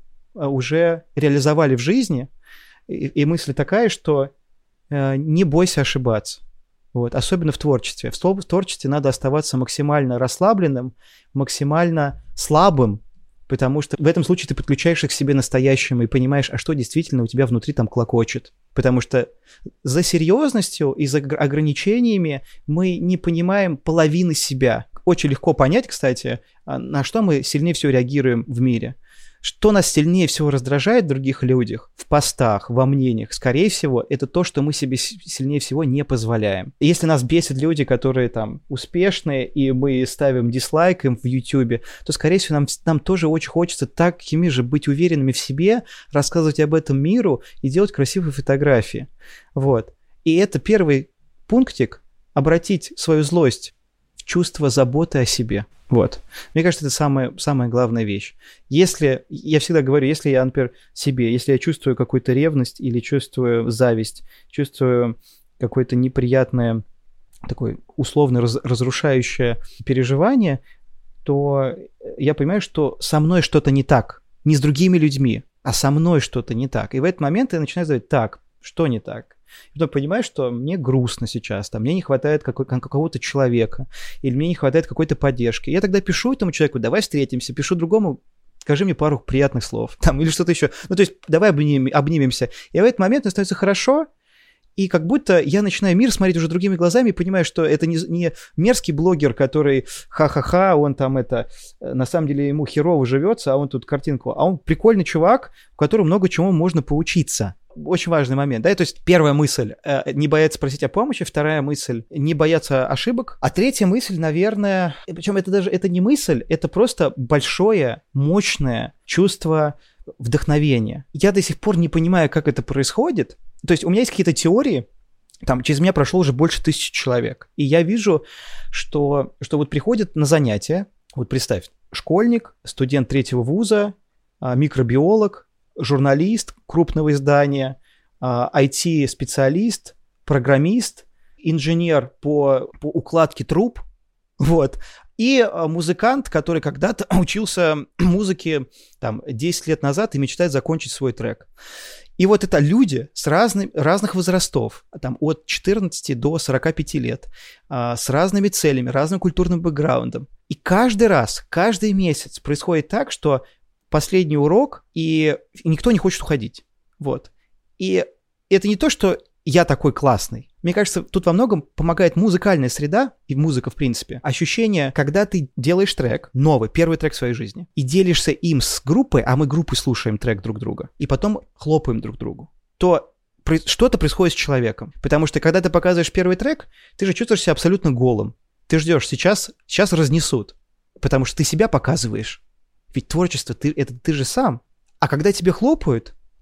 уже реализовали в жизни. И, и мысль такая, что э, не бойся ошибаться. Вот, особенно в творчестве. В, в творчестве надо оставаться максимально расслабленным, максимально слабым, потому что в этом случае ты подключаешься к себе настоящему и понимаешь, а что действительно у тебя внутри там клокочет. Потому что за серьезностью и за ограничениями мы не понимаем половины себя. Очень легко понять, кстати, на что мы сильнее всего реагируем в мире. Что нас сильнее всего раздражает в других людях, в постах, во мнениях, скорее всего, это то, что мы себе сильнее всего не позволяем. И если нас бесят люди, которые там успешные, и мы ставим дизлайк им в Ютубе, то, скорее всего, нам, нам тоже очень хочется такими же быть уверенными в себе, рассказывать об этом миру и делать красивые фотографии. Вот. И это первый пунктик — обратить свою злость в чувство заботы о себе. Вот. Мне кажется, это самая, самая главная вещь. Если, я всегда говорю, если я, например, себе, если я чувствую какую-то ревность или чувствую зависть, чувствую какое-то неприятное, такое условно раз, разрушающее переживание, то я понимаю, что со мной что-то не так. Не с другими людьми, а со мной что-то не так. И в этот момент я начинаю задавать, так, что не так? И потом понимаю, что мне грустно сейчас, там, мне не хватает какой- какого-то человека, или мне не хватает какой-то поддержки. Я тогда пишу этому человеку, давай встретимся, пишу другому, скажи мне пару приятных слов, там, или что-то еще. Ну, то есть, давай обним- обнимемся. И в этот момент мне становится хорошо, и как будто я начинаю мир смотреть уже другими глазами и понимаю, что это не, не мерзкий блогер, который ха-ха-ха, он там это, на самом деле ему херово живется, а он тут картинку, а он прикольный чувак, у которого много чего можно поучиться. Очень важный момент, да, то есть первая мысль э, — не бояться просить о помощи, вторая мысль — не бояться ошибок, а третья мысль, наверное, причем это даже, это не мысль, это просто большое, мощное чувство вдохновения. Я до сих пор не понимаю, как это происходит, то есть у меня есть какие-то теории, там через меня прошло уже больше тысячи человек, и я вижу, что, что вот приходят на занятия, вот представь, школьник, студент третьего вуза, микробиолог, журналист крупного издания, ай ти-специалист, программист, инженер по, по укладке труб, вот, и музыкант, который когда-то учился музыке там, десять лет назад и мечтает закончить свой трек. И вот это люди с разными, разных возрастов, там, от четырнадцати до сорока пяти лет, с разными целями, разным культурным бэкграундом. И каждый раз, каждый месяц происходит так, что последний урок, и никто не хочет уходить. Вот. И это не то, что я такой классный. Мне кажется, тут во многом помогает музыкальная среда, и музыка в принципе. Ощущение, когда ты делаешь трек, новый, первый трек в своей жизни, и делишься им с группой, а мы группой слушаем трек друг друга, и потом хлопаем друг другу, то что-то происходит с человеком. Потому что когда ты показываешь первый трек, ты же чувствуешь себя абсолютно голым. Ты ждешь, сейчас, сейчас разнесут, потому что ты себя показываешь. Ведь творчество, ты, это ты же сам. А когда тебе хлопают,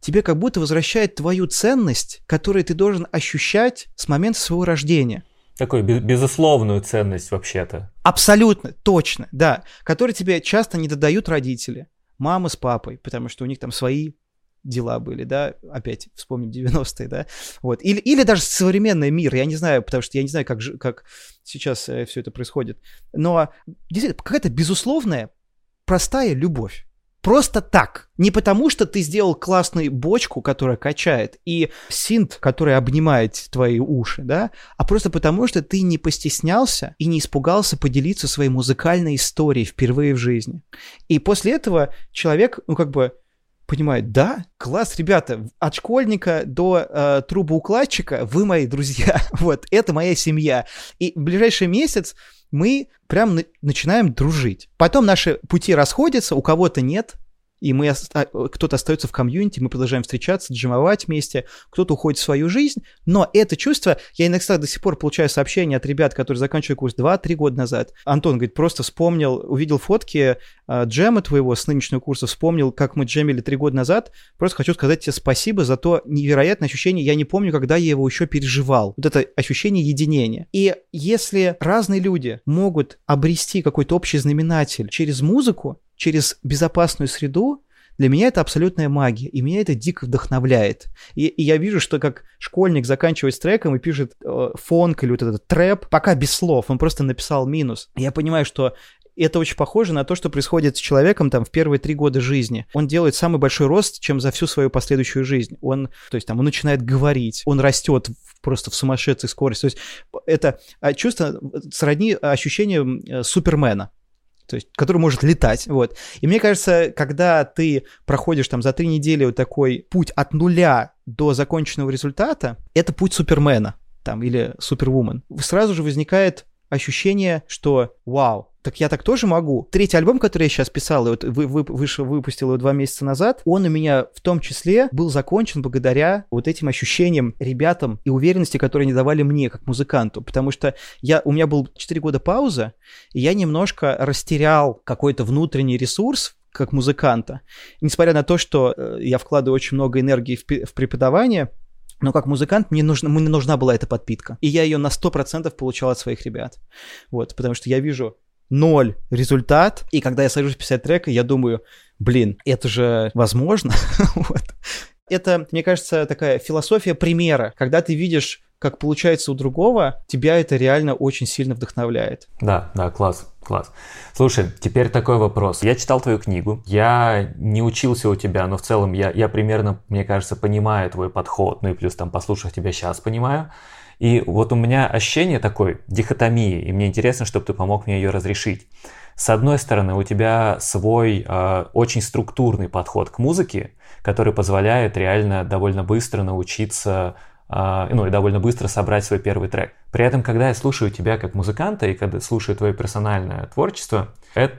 тебе как будто возвращает твою ценность, которую ты должен ощущать с момента своего рождения. Такую безусловную ценность вообще-то. Абсолютно, точно, да. Которые тебе часто не додают родители, мама с папой, потому что у них там свои дела были, да, опять вспомним девяностые, да, вот. Или, или даже современный мир, я не знаю, потому что я не знаю, как, как сейчас э, все это происходит. Но действительно, какая-то безусловная, простая любовь. Просто так. Не потому, что ты сделал классную бочку, которая качает, и синт, который обнимает твои уши, да, а просто потому, что ты не постеснялся и не испугался поделиться своей музыкальной историей впервые в жизни. И после этого человек, ну, как бы понимает, да, класс, ребята, от школьника до э, трубоукладчика вы мои друзья, вот, это моя семья. И в ближайший месяц мы прям на- начинаем дружить. Потом наши пути расходятся, у кого-то нет, и мы оста- кто-то остается в комьюнити, мы продолжаем встречаться, джимовать вместе, кто-то уходит в свою жизнь, но это чувство, я иногда до сих пор получаю сообщения от ребят, которые заканчивали курс два-три года назад. Антон, говорит, просто вспомнил, увидел фотки э, джема твоего с нынешнего курса, вспомнил, как мы джемили три года назад, просто хочу сказать тебе спасибо за то невероятное ощущение, я не помню, когда я его еще переживал, вот это ощущение единения. И если разные люди могут обрести какой-то общий знаменатель через музыку, через безопасную среду, для меня это абсолютная магия, и меня это дико вдохновляет. И, и я вижу, что как школьник заканчивает с треком и пишет э, фонк или вот этот трэп, пока без слов, он просто написал минус. Я понимаю, что это очень похоже на то, что происходит с человеком там в первые три года жизни. Он делает самый большой рост, чем за всю свою последующую жизнь. Он, то есть там, он начинает говорить, он растет просто в сумасшедшей скорости. То есть это чувство сродни ощущению Супермена, то есть, который может летать, вот. И мне кажется, когда ты проходишь там за три недели вот такой путь от нуля до законченного результата, это путь Супермена, там, или Супервумен. Сразу же возникает ощущение, что вау, так я так тоже могу. Третий альбом, который я сейчас писал, и вот вы, вы, вышел, выпустил его два месяца назад, он у меня в том числе был закончен благодаря вот этим ощущениям ребятам и уверенности, которые они давали мне как музыканту, потому что я, у меня был четыре года пауза, и я немножко растерял какой-то внутренний ресурс как музыканта. Несмотря на то, что э, я вкладываю очень много энергии в, в преподавание, но как музыкант мне нужна, мне нужна была эта подпитка. И я ее на сто процентов получал от своих ребят. Вот, потому что я вижу ноль результат, и когда я сажусь писать трек, я думаю, блин, это же возможно. Вот. Это, мне кажется, такая философия примера. Когда ты видишь, как получается у другого, тебя это реально очень сильно вдохновляет. Да, да, класс, класс. Слушай, теперь такой вопрос. Я читал твою книгу, я не учился у тебя, но в целом я, я примерно, мне кажется, понимаю твой подход, ну и плюс там, послушав тебя сейчас, понимаю. И вот у меня ощущение такой дихотомии, и мне интересно, чтобы ты помог мне ее разрешить. С одной стороны, у тебя свой э, очень структурный подход к музыке, который позволяет реально довольно быстро научиться, э, ну и довольно быстро собрать свой первый трек. При этом, когда я слушаю тебя как музыканта и когда слушаю твое персональное творчество,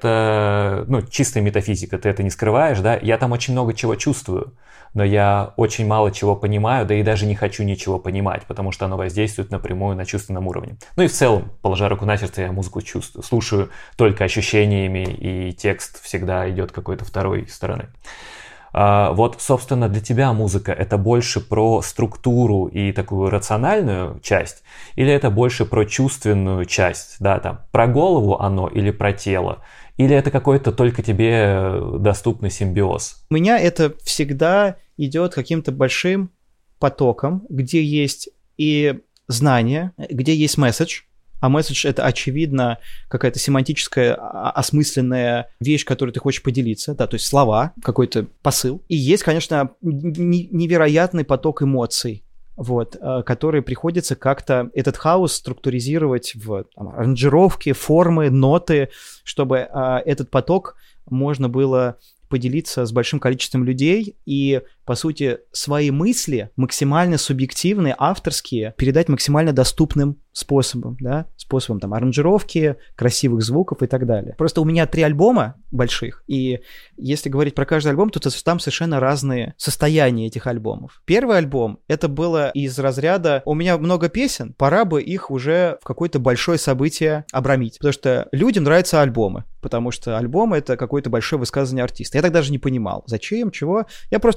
это, ну, чистая метафизика, ты это не скрываешь, да? Я там очень много чего чувствую, но я очень мало чего понимаю, да и даже не хочу ничего понимать, потому что оно воздействует напрямую на чувственном уровне. Ну и в целом, положа руку на сердце, я музыку чувствую, слушаю только ощущениями, и текст всегда идет какой-то второй стороны. А вот, собственно, для тебя музыка — это больше про структуру и такую рациональную часть, или это больше про чувственную часть, да, там, про голову оно или про тело? Или это какой-то только тебе доступный симбиоз? У меня это всегда идет каким-то большим потоком, где есть и знания, где есть месседж, а месседж — это, очевидно, какая-то семантическая, осмысленная вещь, которой ты хочешь поделиться, да, то есть слова, какой-то посыл. И есть, конечно, невероятный поток эмоций, вот, который приходится как-то этот хаос структуризировать в там, аранжировке, формы, ноты, чтобы а, этот поток можно было поделиться с большим количеством людей и, по сути, свои мысли максимально субъективные, авторские, передать максимально доступным способом, да, способом там аранжировки, красивых звуков и так далее. Просто у меня три альбома больших, и если говорить про каждый альбом, то там совершенно разные состояния этих альбомов. Первый альбом, это было из разряда «у меня много песен, пора бы их уже в какое-то большое событие обрамить», потому что людям нравятся альбомы, потому что альбом — это какое-то большое высказывание артиста. Я так даже не понимал, зачем, чего. Я просто взял свои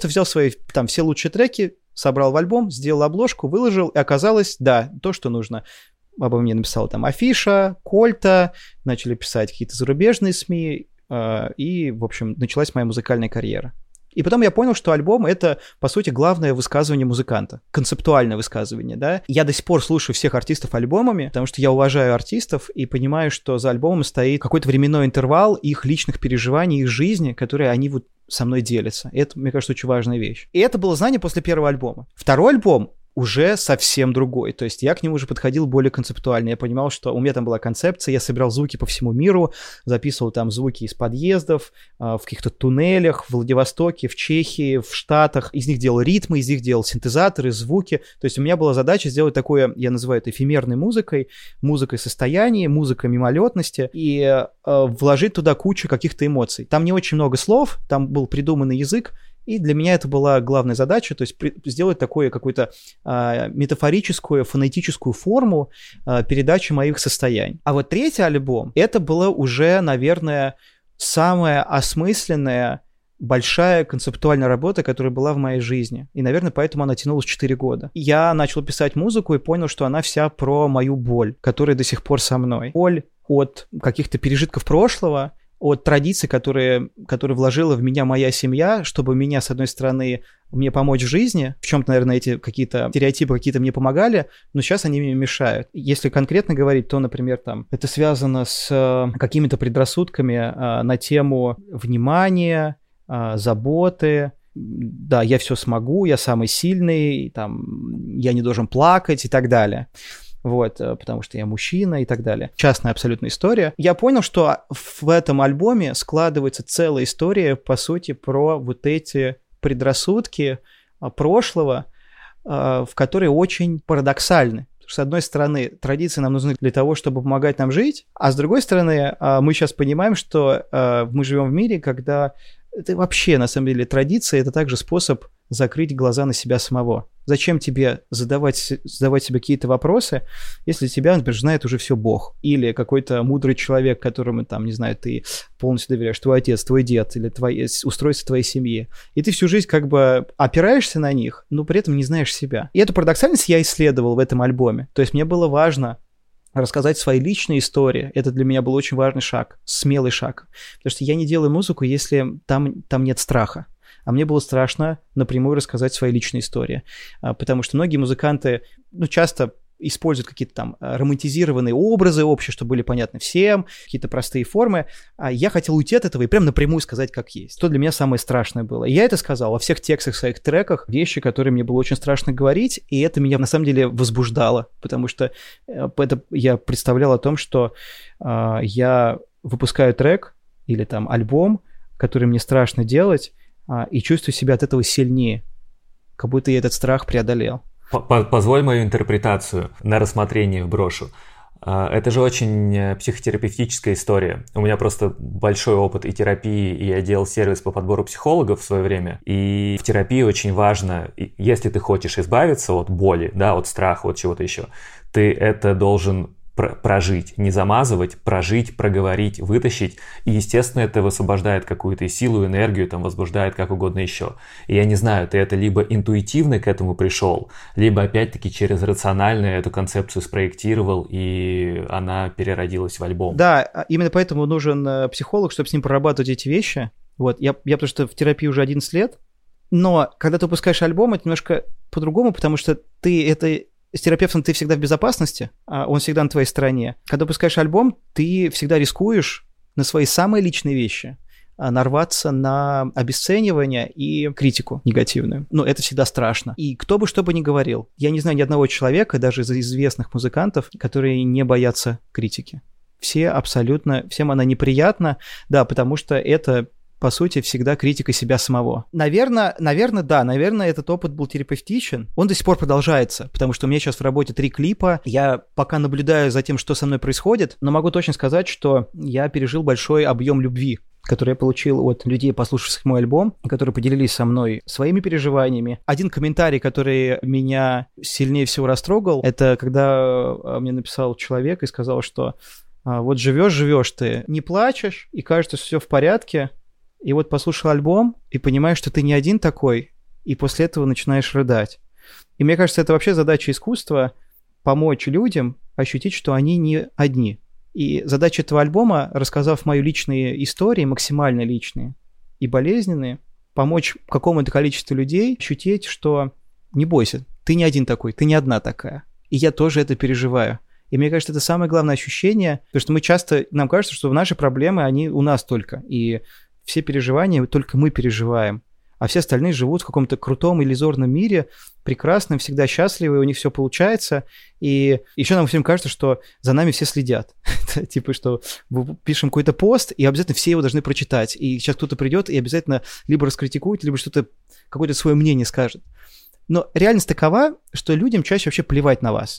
такой, там, все лучшие треки собрал в альбом, сделал обложку, выложил, и оказалось, да, то, что нужно. Обо мне написал там Афиша, Кольта, начали писать какие-то зарубежные СМИ, э, и, в общем, началась моя музыкальная карьера. И потом я понял, что альбом — это, по сути, главное высказывание музыканта, концептуальное высказывание, да. Я до сих пор слушаю всех артистов альбомами, потому что я уважаю артистов и понимаю, что за альбомом стоит какой-то временной интервал их личных переживаний, их жизни, которые они вот со мной делятся. И это, мне кажется, очень важная вещь. И это было знание после первого альбома. Второй альбом уже совсем другой. То есть я к нему уже подходил более концептуально. Я понимал, что у меня там была концепция, я собирал звуки по всему миру, записывал там звуки из подъездов, в каких-то туннелях, в Владивостоке, в Чехии, в Штатах. Из них делал ритмы, из них делал синтезаторы, звуки. То есть у меня была задача сделать такое, я называю это эфемерной музыкой, музыкой состояния, музыкой мимолетности, и э, вложить туда кучу каких-то эмоций. Там не очень много слов, там был придуманный язык, и для меня это была главная задача, то есть при, сделать такую какую-то а, метафорическую, фонетическую форму а, передачи моих состояний. А вот третий альбом, это было уже, наверное, самая осмысленная, большая концептуальная работа, которая была в моей жизни. И, наверное, поэтому она тянулась четыре года. Я начал писать музыку и понял, что она вся про мою боль, которая до сих пор со мной. Боль от каких-то пережитков прошлого, от традиций, которые, которые вложила в меня моя семья, чтобы меня, с одной стороны, мне помочь в жизни. В чем-то, наверное, эти какие-то стереотипы какие-то мне помогали, но сейчас они мне мешают. Если конкретно говорить, то, например, там, это связано с э, какими-то предрассудками э, на тему внимания, э, заботы. Да, я все смогу, я самый сильный, там, я не должен плакать и так далее. Вот, потому что я мужчина и так далее. Частная абсолютно история. Я понял, что в этом альбоме складывается целая история, по сути, про вот эти предрассудки прошлого, в которые очень парадоксальны. С одной стороны, традиции нам нужны для того, чтобы помогать нам жить, а с другой стороны, мы сейчас понимаем, что мы живем в мире, когда это вообще, на самом деле, традиция — это также способ закрыть глаза на себя самого. Зачем тебе задавать, задавать себе какие-то вопросы, если тебя, например, знает уже все Бог? Или какой-то мудрый человек, которому, там, не знаю, ты полностью доверяешь, твой отец, твой дед, или твои, устройство твоей семьи. И ты всю жизнь как бы опираешься на них, но при этом не знаешь себя. И эту парадоксальность я исследовал в этом альбоме. То есть мне было важно рассказать свои личные истории. Это для меня был очень важный шаг, смелый шаг. Потому что я не делаю музыку, если там, там нет страха. А мне было страшно напрямую рассказать свои личные истории. Потому что многие музыканты, ну, часто используют какие-то там романтизированные образы общие, чтобы были понятны всем, какие-то простые формы. А я хотел уйти от этого и прям напрямую сказать, как есть. Что для меня самое страшное было. И я это сказал во всех текстах, своих треках, вещи, которые мне было очень страшно говорить, и это меня на самом деле возбуждало, потому что это я представлял о том, что э, я выпускаю трек или там альбом, который мне страшно делать, э, и чувствую себя от этого сильнее, как будто я этот страх преодолел. Позволь мою интерпретацию на рассмотрение брошу. Это же очень психотерапевтическая история. У меня просто большой опыт и терапии, и я делал сервис по подбору психологов в свое время. И в терапии очень важно, если ты хочешь избавиться от боли, да, от страха, от чего-то еще, ты это должен прожить, не замазывать, прожить, проговорить, вытащить. И, естественно, это высвобождает какую-то силу, энергию, там, возбуждает как угодно еще. И я не знаю, ты это либо интуитивно к этому пришел, либо, опять-таки, через рационально эту концепцию спроектировал, и она переродилась в альбом. Да, именно поэтому нужен психолог, чтобы с ним прорабатывать эти вещи. Вот, я, я потому что в терапии уже одиннадцать лет, но когда ты выпускаешь альбом, это немножко по-другому, потому что ты это... С терапевтом ты всегда в безопасности, он всегда на твоей стороне. Когда выпускаешь альбом, ты всегда рискуешь на свои самые личные вещи нарваться на обесценивание и критику негативную. Но это всегда страшно. И кто бы что бы ни говорил, я не знаю ни одного человека, даже из известных музыкантов, которые не боятся критики. Все абсолютно, всем она неприятна, да, потому что это... по сути, всегда критика себя самого. Наверное, наверное, да, наверное, этот опыт был терапевтичен. Он до сих пор продолжается, потому что у меня сейчас в работе три клипа. Я пока наблюдаю за тем, что со мной происходит, но могу точно сказать, что я пережил большой объем любви, который я получил от людей, послушавших мой альбом, которые поделились со мной своими переживаниями. Один комментарий, который меня сильнее всего растрогал, это когда мне написал человек и сказал, что вот живешь-живешь ты, не плачешь, и кажется, что все в порядке. И вот послушал альбом и понимаешь, что ты не один такой, и после этого начинаешь рыдать. И мне кажется, это вообще задача искусства — помочь людям ощутить, что они не одни. И задача этого альбома, рассказав мои личные истории, максимально личные и болезненные, помочь какому-то количеству людей ощутить, что не бойся, ты не один такой, ты не одна такая. И я тоже это переживаю. И мне кажется, это самое главное ощущение, потому что мы часто, нам кажется, что наши проблемы, они у нас только, и все переживания только мы переживаем. А все остальные живут в каком-то крутом иллюзорном мире, прекрасном, всегда счастливы, у них все получается. И еще нам всем кажется, что за нами все следят. Типа, что мы пишем какой-то пост, и обязательно все его должны прочитать. И сейчас кто-то придет и обязательно либо раскритикует, либо что-то, какое-то свое мнение скажет. Но реальность такова, что людям чаще вообще плевать на вас.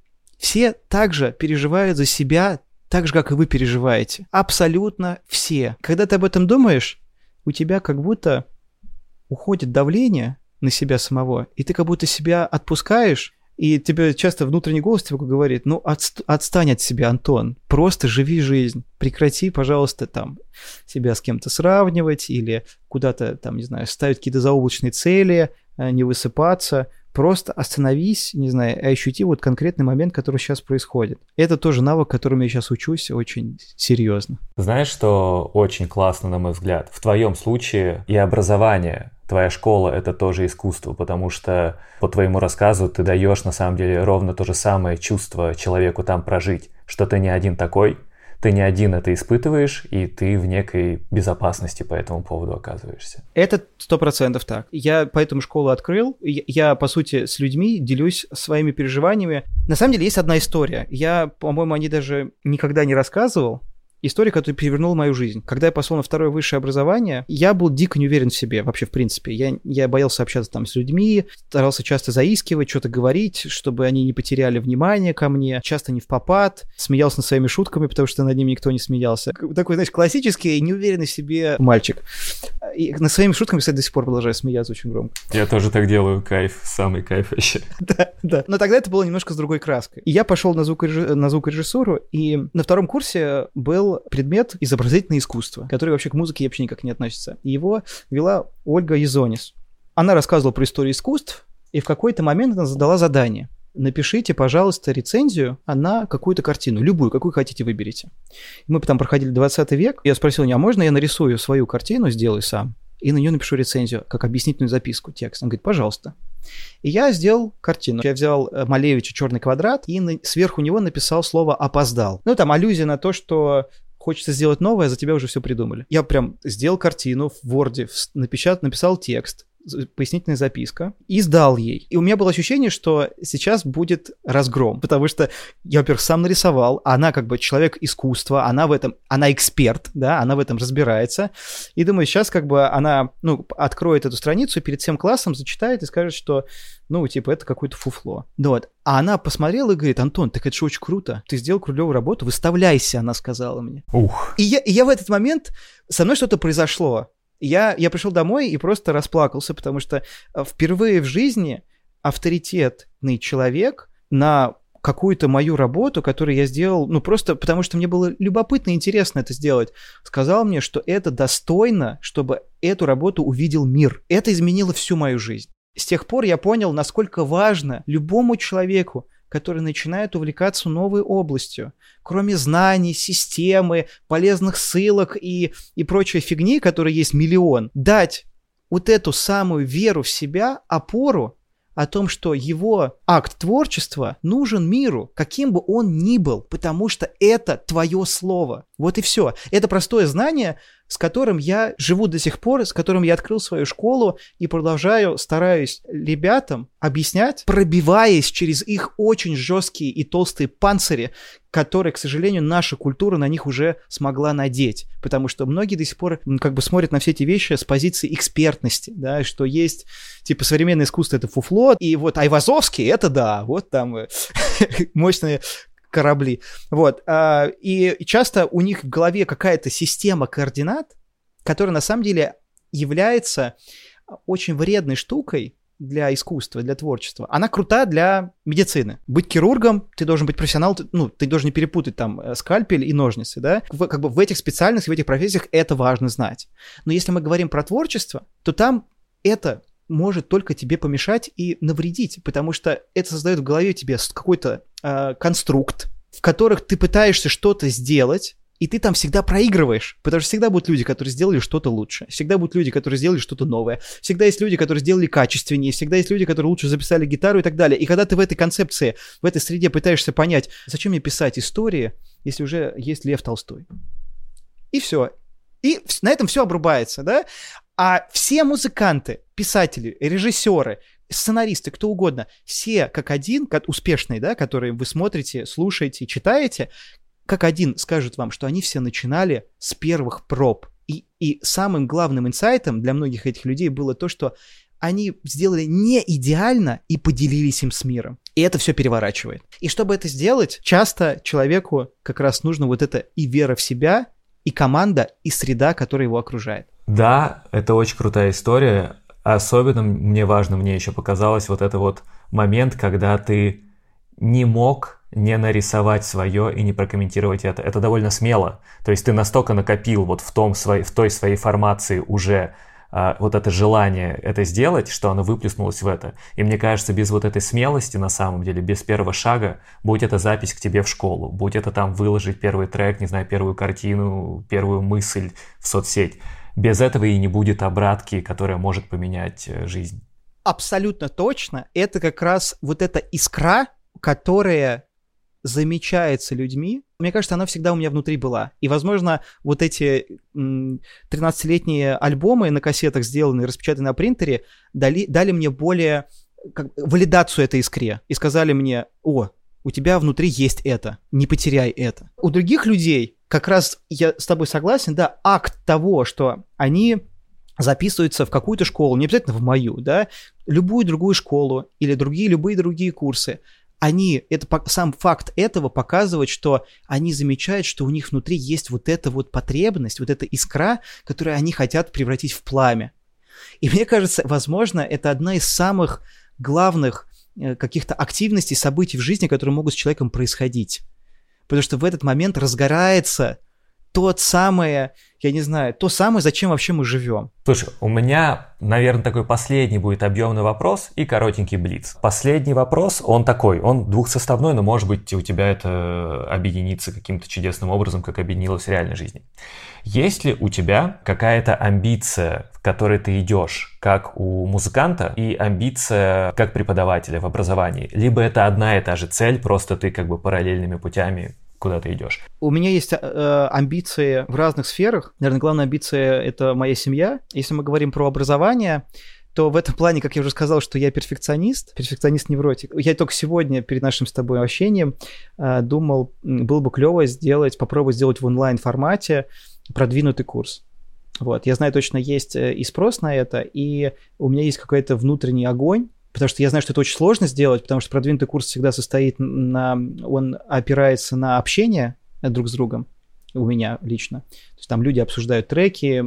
Все также переживают за себя, так же, как и вы переживаете. Абсолютно все. Когда ты об этом думаешь, у тебя как будто уходит давление на себя самого, и ты как будто себя отпускаешь, и тебе часто внутренний голос тебе говорит: ну, отст- отстань от себя, Антон, просто живи жизнь, прекрати, пожалуйста, там, себя с кем-то сравнивать или куда-то, там, не знаю, ставить какие-то заоблачные цели, не высыпаться, просто остановись, не знаю, и ощути вот конкретный момент, который сейчас происходит. Это тоже навык, которым я сейчас учусь очень серьезно. Знаешь, что очень классно, на мой взгляд? В твоем случае и образование, твоя школа — это тоже искусство, потому что по твоему рассказу ты даешь на самом деле ровно то же самое чувство человеку там прожить, что ты не один такой, ты не один это испытываешь, и ты в некой безопасности по этому поводу оказываешься. Это сто процентов так. Я поэтому школу открыл. Я, по сути, с людьми делюсь своими переживаниями. На самом деле есть одна история. Я, по-моему, о ней даже никогда не рассказывал. История, которая перевернула мою жизнь. Когда я пошел на второе высшее образование, я был дико не уверен в себе, вообще в принципе. Я, я боялся общаться там с людьми, старался часто заискивать, что-то говорить, чтобы они не потеряли внимание ко мне, часто не впопад, смеялся над своими шутками, потому что над ними никто не смеялся. Такой, знаешь, классический, неуверенный в себе мальчик. И над своими шутками, кстати, до сих пор продолжаю смеяться очень громко. Я тоже так делаю, кайф, самый кайф вообще. Да, да. Но тогда это было немножко с другой краской. И я пошел на звукорежиссуру, и на втором курсе был предмет изобразительное искусство, который вообще к музыке вообще никак не относится. И его вела Ольга Езонис. Она рассказывала про историю искусств, и в какой-то момент она задала задание. Напишите, пожалуйста, рецензию на какую-то картину, любую, какую хотите, выберите. Мы там проходили двадцатый век. Я спросил у нее: а можно я нарисую свою картину, сделаю сам, и на нее напишу рецензию, как объяснительную записку, текст? Он говорит: пожалуйста. И я сделал картину. Я взял Малевича «Черный квадрат» и на... сверху него написал слово «опоздал». Ну, там аллюзия на то, что хочется сделать новое, а за тебя уже все придумали. Я прям сделал картину в Word, напечат... написал текст, пояснительная записка, и сдал ей. И у меня было ощущение, что сейчас будет разгром, потому что я, во-первых, сам нарисовал, она как бы человек искусства, она в этом, она эксперт, да, она в этом разбирается, и думаю, сейчас как бы она, ну, откроет эту страницу и перед всем классом зачитает и скажет, что, ну, типа, это какое-то фуфло. Да вот. А она посмотрела и говорит: Антон, так это же очень круто, ты сделал крутую работу, выставляйся, она сказала мне. Ух. И я, и я в этот момент, со мной что-то произошло. Я, я пришел домой и просто расплакался, потому что впервые в жизни авторитетный человек на какую-то мою работу, которую я сделал, ну просто потому что мне было любопытно и интересно это сделать, сказал мне, что это достойно, чтобы эту работу увидел мир. Это изменило всю мою жизнь. С тех пор я понял, насколько важно любому человеку, который начинает увлекаться новой областью, кроме знаний, системы, полезных ссылок и, и прочей фигни, которой есть миллион, дать вот эту самую веру в себя, опору о том, что его акт творчества нужен миру, каким бы он ни был, потому что это твое слово. Вот и все. Это простое знание, с которым я живу до сих пор, с которым я открыл свою школу и продолжаю, стараюсь ребятам объяснять, пробиваясь через их очень жесткие и толстые панцири, которые, к сожалению, наша культура на них уже смогла надеть. Потому что многие до сих пор как бы смотрят на все эти вещи с позиции экспертности, да, что есть, типа, современное искусство — это фуфло, и вот Айвазовский — это да, вот там мощные корабли. Вот. И часто у них в голове какая-то система координат, которая на самом деле является очень вредной штукой для искусства, для творчества. Она крута для медицины. Быть хирургом, ты должен быть профессионал, ты, ну, ты должен не перепутать там скальпель и ножницы, да? В, как бы в этих специальностях, в этих профессиях это важно знать. Но если мы говорим про творчество, то там это может только тебе помешать и навредить, потому что это создает в голове тебе какой-то э, конструкт, в которых ты пытаешься что-то сделать, и ты там всегда проигрываешь, потому что всегда будут люди, которые сделали что-то лучше, всегда будут люди, которые сделали что-то новое, всегда есть люди, которые сделали качественнее, всегда есть люди, которые лучше записали гитару и так далее. И когда ты в этой концепции, в этой среде пытаешься понять, зачем мне писать истории, если уже есть Лев Толстой. И все. И на этом все обрубается, да? А все музыканты, писатели, режиссеры, сценаристы, кто угодно, все как один, как успешные, да, которые вы смотрите, слушаете, читаете, как один скажут вам, что они все начинали с первых проб. И, и самым главным инсайтом для многих этих людей было то, что они сделали не идеально и поделились им с миром. И это все переворачивает. И чтобы это сделать, часто человеку как раз нужно вот это и вера в себя, и команда, и среда, которая его окружает. Да, это очень крутая история. Особенно мне важно, мне еще показалось вот это вот момент, когда ты не мог не нарисовать свое и не прокомментировать это. Это довольно смело. То есть ты настолько накопил вот в, том, в той своей формации уже а, вот это желание это сделать, что оно выплеснулось в это. И мне кажется, без вот этой смелости на самом деле, без первого шага, будь это запись к тебе в школу, будь это там выложить первый трек, не знаю, первую картину, первую мысль в соцсеть, без этого и не будет обратки, которая может поменять жизнь. Абсолютно точно. Это как раз вот эта искра, которая замечается людьми. Мне кажется, она всегда у меня внутри была. И, возможно, вот эти тринадцатилетние альбомы на кассетах, сделанные, распечатанные на принтере, дали, дали мне более как, валидацию этой искре. И сказали мне: о, у тебя внутри есть это, не потеряй это. У других людей, как раз я с тобой согласен, да, акт того, что они записываются в какую-то школу, не обязательно в мою, да, любую другую школу или другие, любые другие курсы, они, это сам факт этого показывает, что они замечают, что у них внутри есть вот эта вот потребность, вот эта искра, которую они хотят превратить в пламя. И мне кажется, возможно, это одна из самых главных э, каких-то активностей, событий в жизни, которые могут с человеком происходить. Потому что в этот момент разгорается то самое, я не знаю, то самое, зачем вообще мы живем. Слушай, у меня, наверное, такой последний будет объемный вопрос и коротенький блиц. Последний вопрос, он такой, он двухсоставной, но, может быть, у тебя это объединится каким-то чудесным образом, как объединилось в реальной жизни. Есть ли у тебя какая-то амбиция, в которой ты идешь, как у музыканта, и амбиция как преподавателя в образовании? Либо это одна и та же цель, просто ты как бы параллельными путями куда ты идешь? У меня есть э, амбиции в разных сферах. Наверное, главная амбиция – это моя семья. Если мы говорим про образование, то в этом плане, как я уже сказал, что я перфекционист, перфекционист-невротик. Я только сегодня перед нашим с тобой общением э, думал, было бы клево сделать, попробовать сделать в онлайн-формате продвинутый курс. Вот. Я знаю, точно есть и спрос на это, и у меня есть какой-то внутренний огонь, потому что я знаю, что это очень сложно сделать, потому что продвинутый курс всегда состоит на... Он опирается на общение друг с другом, у меня лично. То есть там люди обсуждают треки,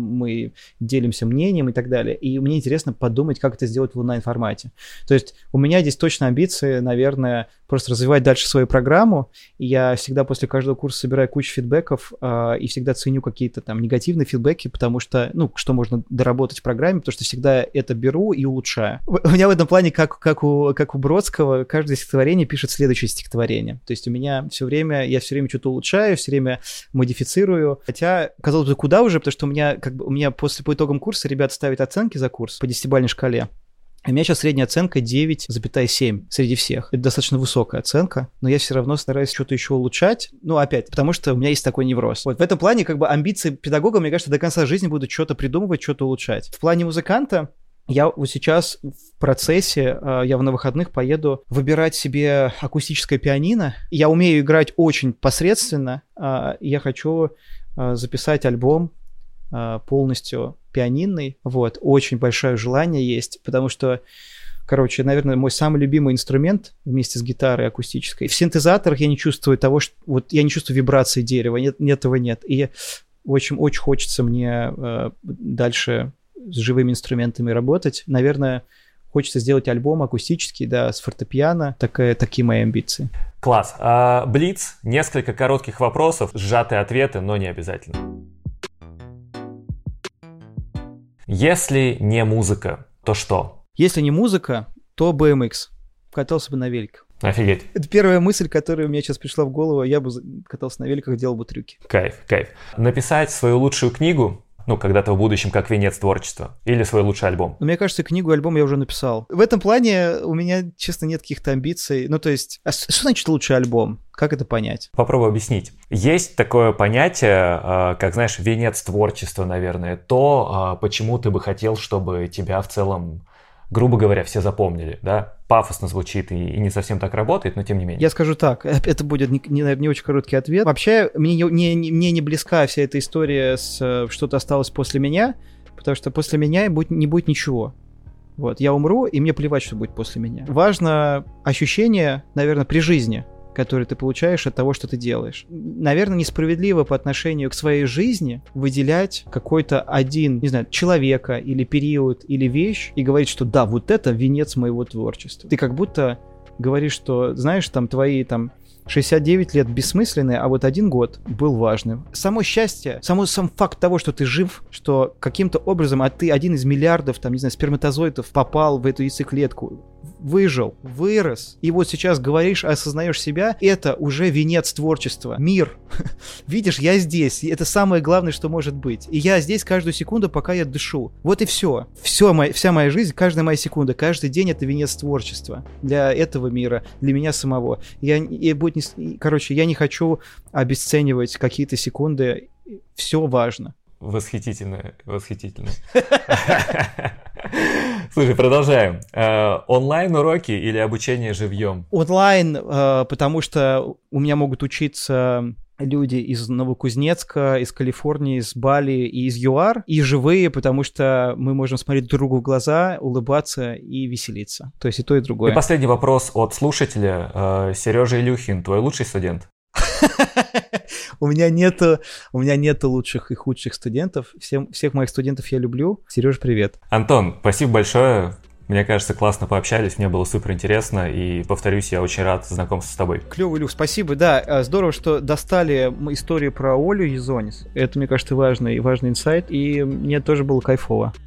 мы делимся мнением и так далее. И мне интересно подумать, как это сделать в онлайн-формате. То есть у меня здесь точно амбиции, наверное, просто развивать дальше свою программу. И я всегда после каждого курса собираю кучу фидбэков э, и всегда ценю какие-то там негативные фидбэки, потому что, ну, что можно доработать в программе, потому что всегда это беру и улучшаю. У меня в этом плане, как, как, у, как у Бродского, каждое стихотворение пишет следующее стихотворение. То есть у меня все время, я все время что-то улучшаю, все время модифицирую. Хотя, казалось бы, куда уже, потому что у меня как бы у меня после по итогам курса ребята ставят оценки за курс по десятибалльной шкале. У меня сейчас средняя оценка девять целых семь среди всех. Это достаточно высокая оценка, но я все равно стараюсь что-то еще улучшать. Ну, опять, потому что у меня есть такой невроз. Вот в этом плане, как бы, амбиции педагога, мне кажется, до конца жизни будут что-то придумывать, что-то улучшать. В плане музыканта я вот сейчас в процессе, я на выходных поеду выбирать себе акустическое пианино. Я умею играть очень посредственно. Я хочу записать альбом полностью пианинный, вот, очень большое желание есть, потому что, короче, наверное, мой самый любимый инструмент вместе с гитарой акустической. В синтезаторах я не чувствую того, что, вот, я не чувствую вибрации дерева, нет, нет этого нет, и очень, очень хочется мне э, дальше с живыми инструментами работать, наверное, хочется сделать альбом акустический, да, с фортепиано, такая, такие мои амбиции. Класс. А, блиц, несколько коротких вопросов, сжатые ответы, но не обязательно. Если не музыка, то что? Если не музыка, то би эм икс. Катался бы на великах. Офигеть. Это первая мысль, которая мне сейчас пришла в голову. Я бы катался на великах, делал бы трюки. Кайф, кайф. Написать свою лучшую книгу, ну, когда-то в будущем, как венец творчества, или свой лучший альбом? Но мне кажется, книгу, альбом я уже написал. В этом плане у меня, честно, нет каких-то амбиций. Ну, то есть, а что значит лучший альбом? Как это понять? Попробую объяснить. Есть такое понятие, как, знаешь, венец творчества, наверное, то, почему ты бы хотел, чтобы тебя в целом, грубо говоря, все запомнили, да? Пафосно звучит и, и не совсем так работает, но тем не менее. Я скажу так, это будет, не, не, наверное, не очень короткий ответ. Вообще, мне не, не, мне не близка вся эта история с «что-то осталось после меня», потому что после меня будет, не будет ничего. Вот, я умру, и мне плевать, что будет после меня. Важно ощущение, наверное, при жизни, который ты получаешь от того, что ты делаешь. Наверное, несправедливо по отношению к своей жизни выделять какой-то один, не знаю, человека или период, или вещь и говорить, что да, вот это венец моего творчества. Ты как будто говоришь, что, знаешь, там твои там шестьдесят девять лет бессмысленные, а вот один год был важным. Само счастье, само, сам факт того, что ты жив, что каким-то образом, а ты один из миллиардов, там, не знаю, сперматозоидов попал в эту яйцеклетку, выжил, вырос, и вот сейчас говоришь, осознаешь себя, это уже венец творчества. Мир. Видишь, я здесь, и это самое главное, что может быть. И я здесь каждую секунду, пока я дышу. Вот и все. Все моя, вся моя жизнь, каждая моя секунда, каждый день — это венец творчества. Для этого мира, для меня самого. Я, и будет не, короче, я не хочу обесценивать какие-то секунды. Все важно. Восхитительно, восхитительно. Слушай, продолжаем. Онлайн-уроки или обучение живьем? Онлайн, потому что у меня могут учиться люди из Новокузнецка, из Калифорнии, из Бали и из ЮАР, и живые, потому что мы можем смотреть друг другу в глаза, улыбаться и веселиться. То есть и то, и другое. И последний вопрос от слушателя. Сережа Илюхин, твой лучший студент? У меня нету, у меня нету лучших и худших студентов. Всем, всех моих студентов я люблю. Сереж, привет. Антон, спасибо большое. Мне кажется, классно пообщались, мне было супер интересно, и, повторюсь, я очень рад знакомству с тобой. Клево, Илюх, спасибо, да, здорово, что достали историю про Олю Езонис. Это, мне кажется, важный, важный инсайт, и мне тоже было кайфово.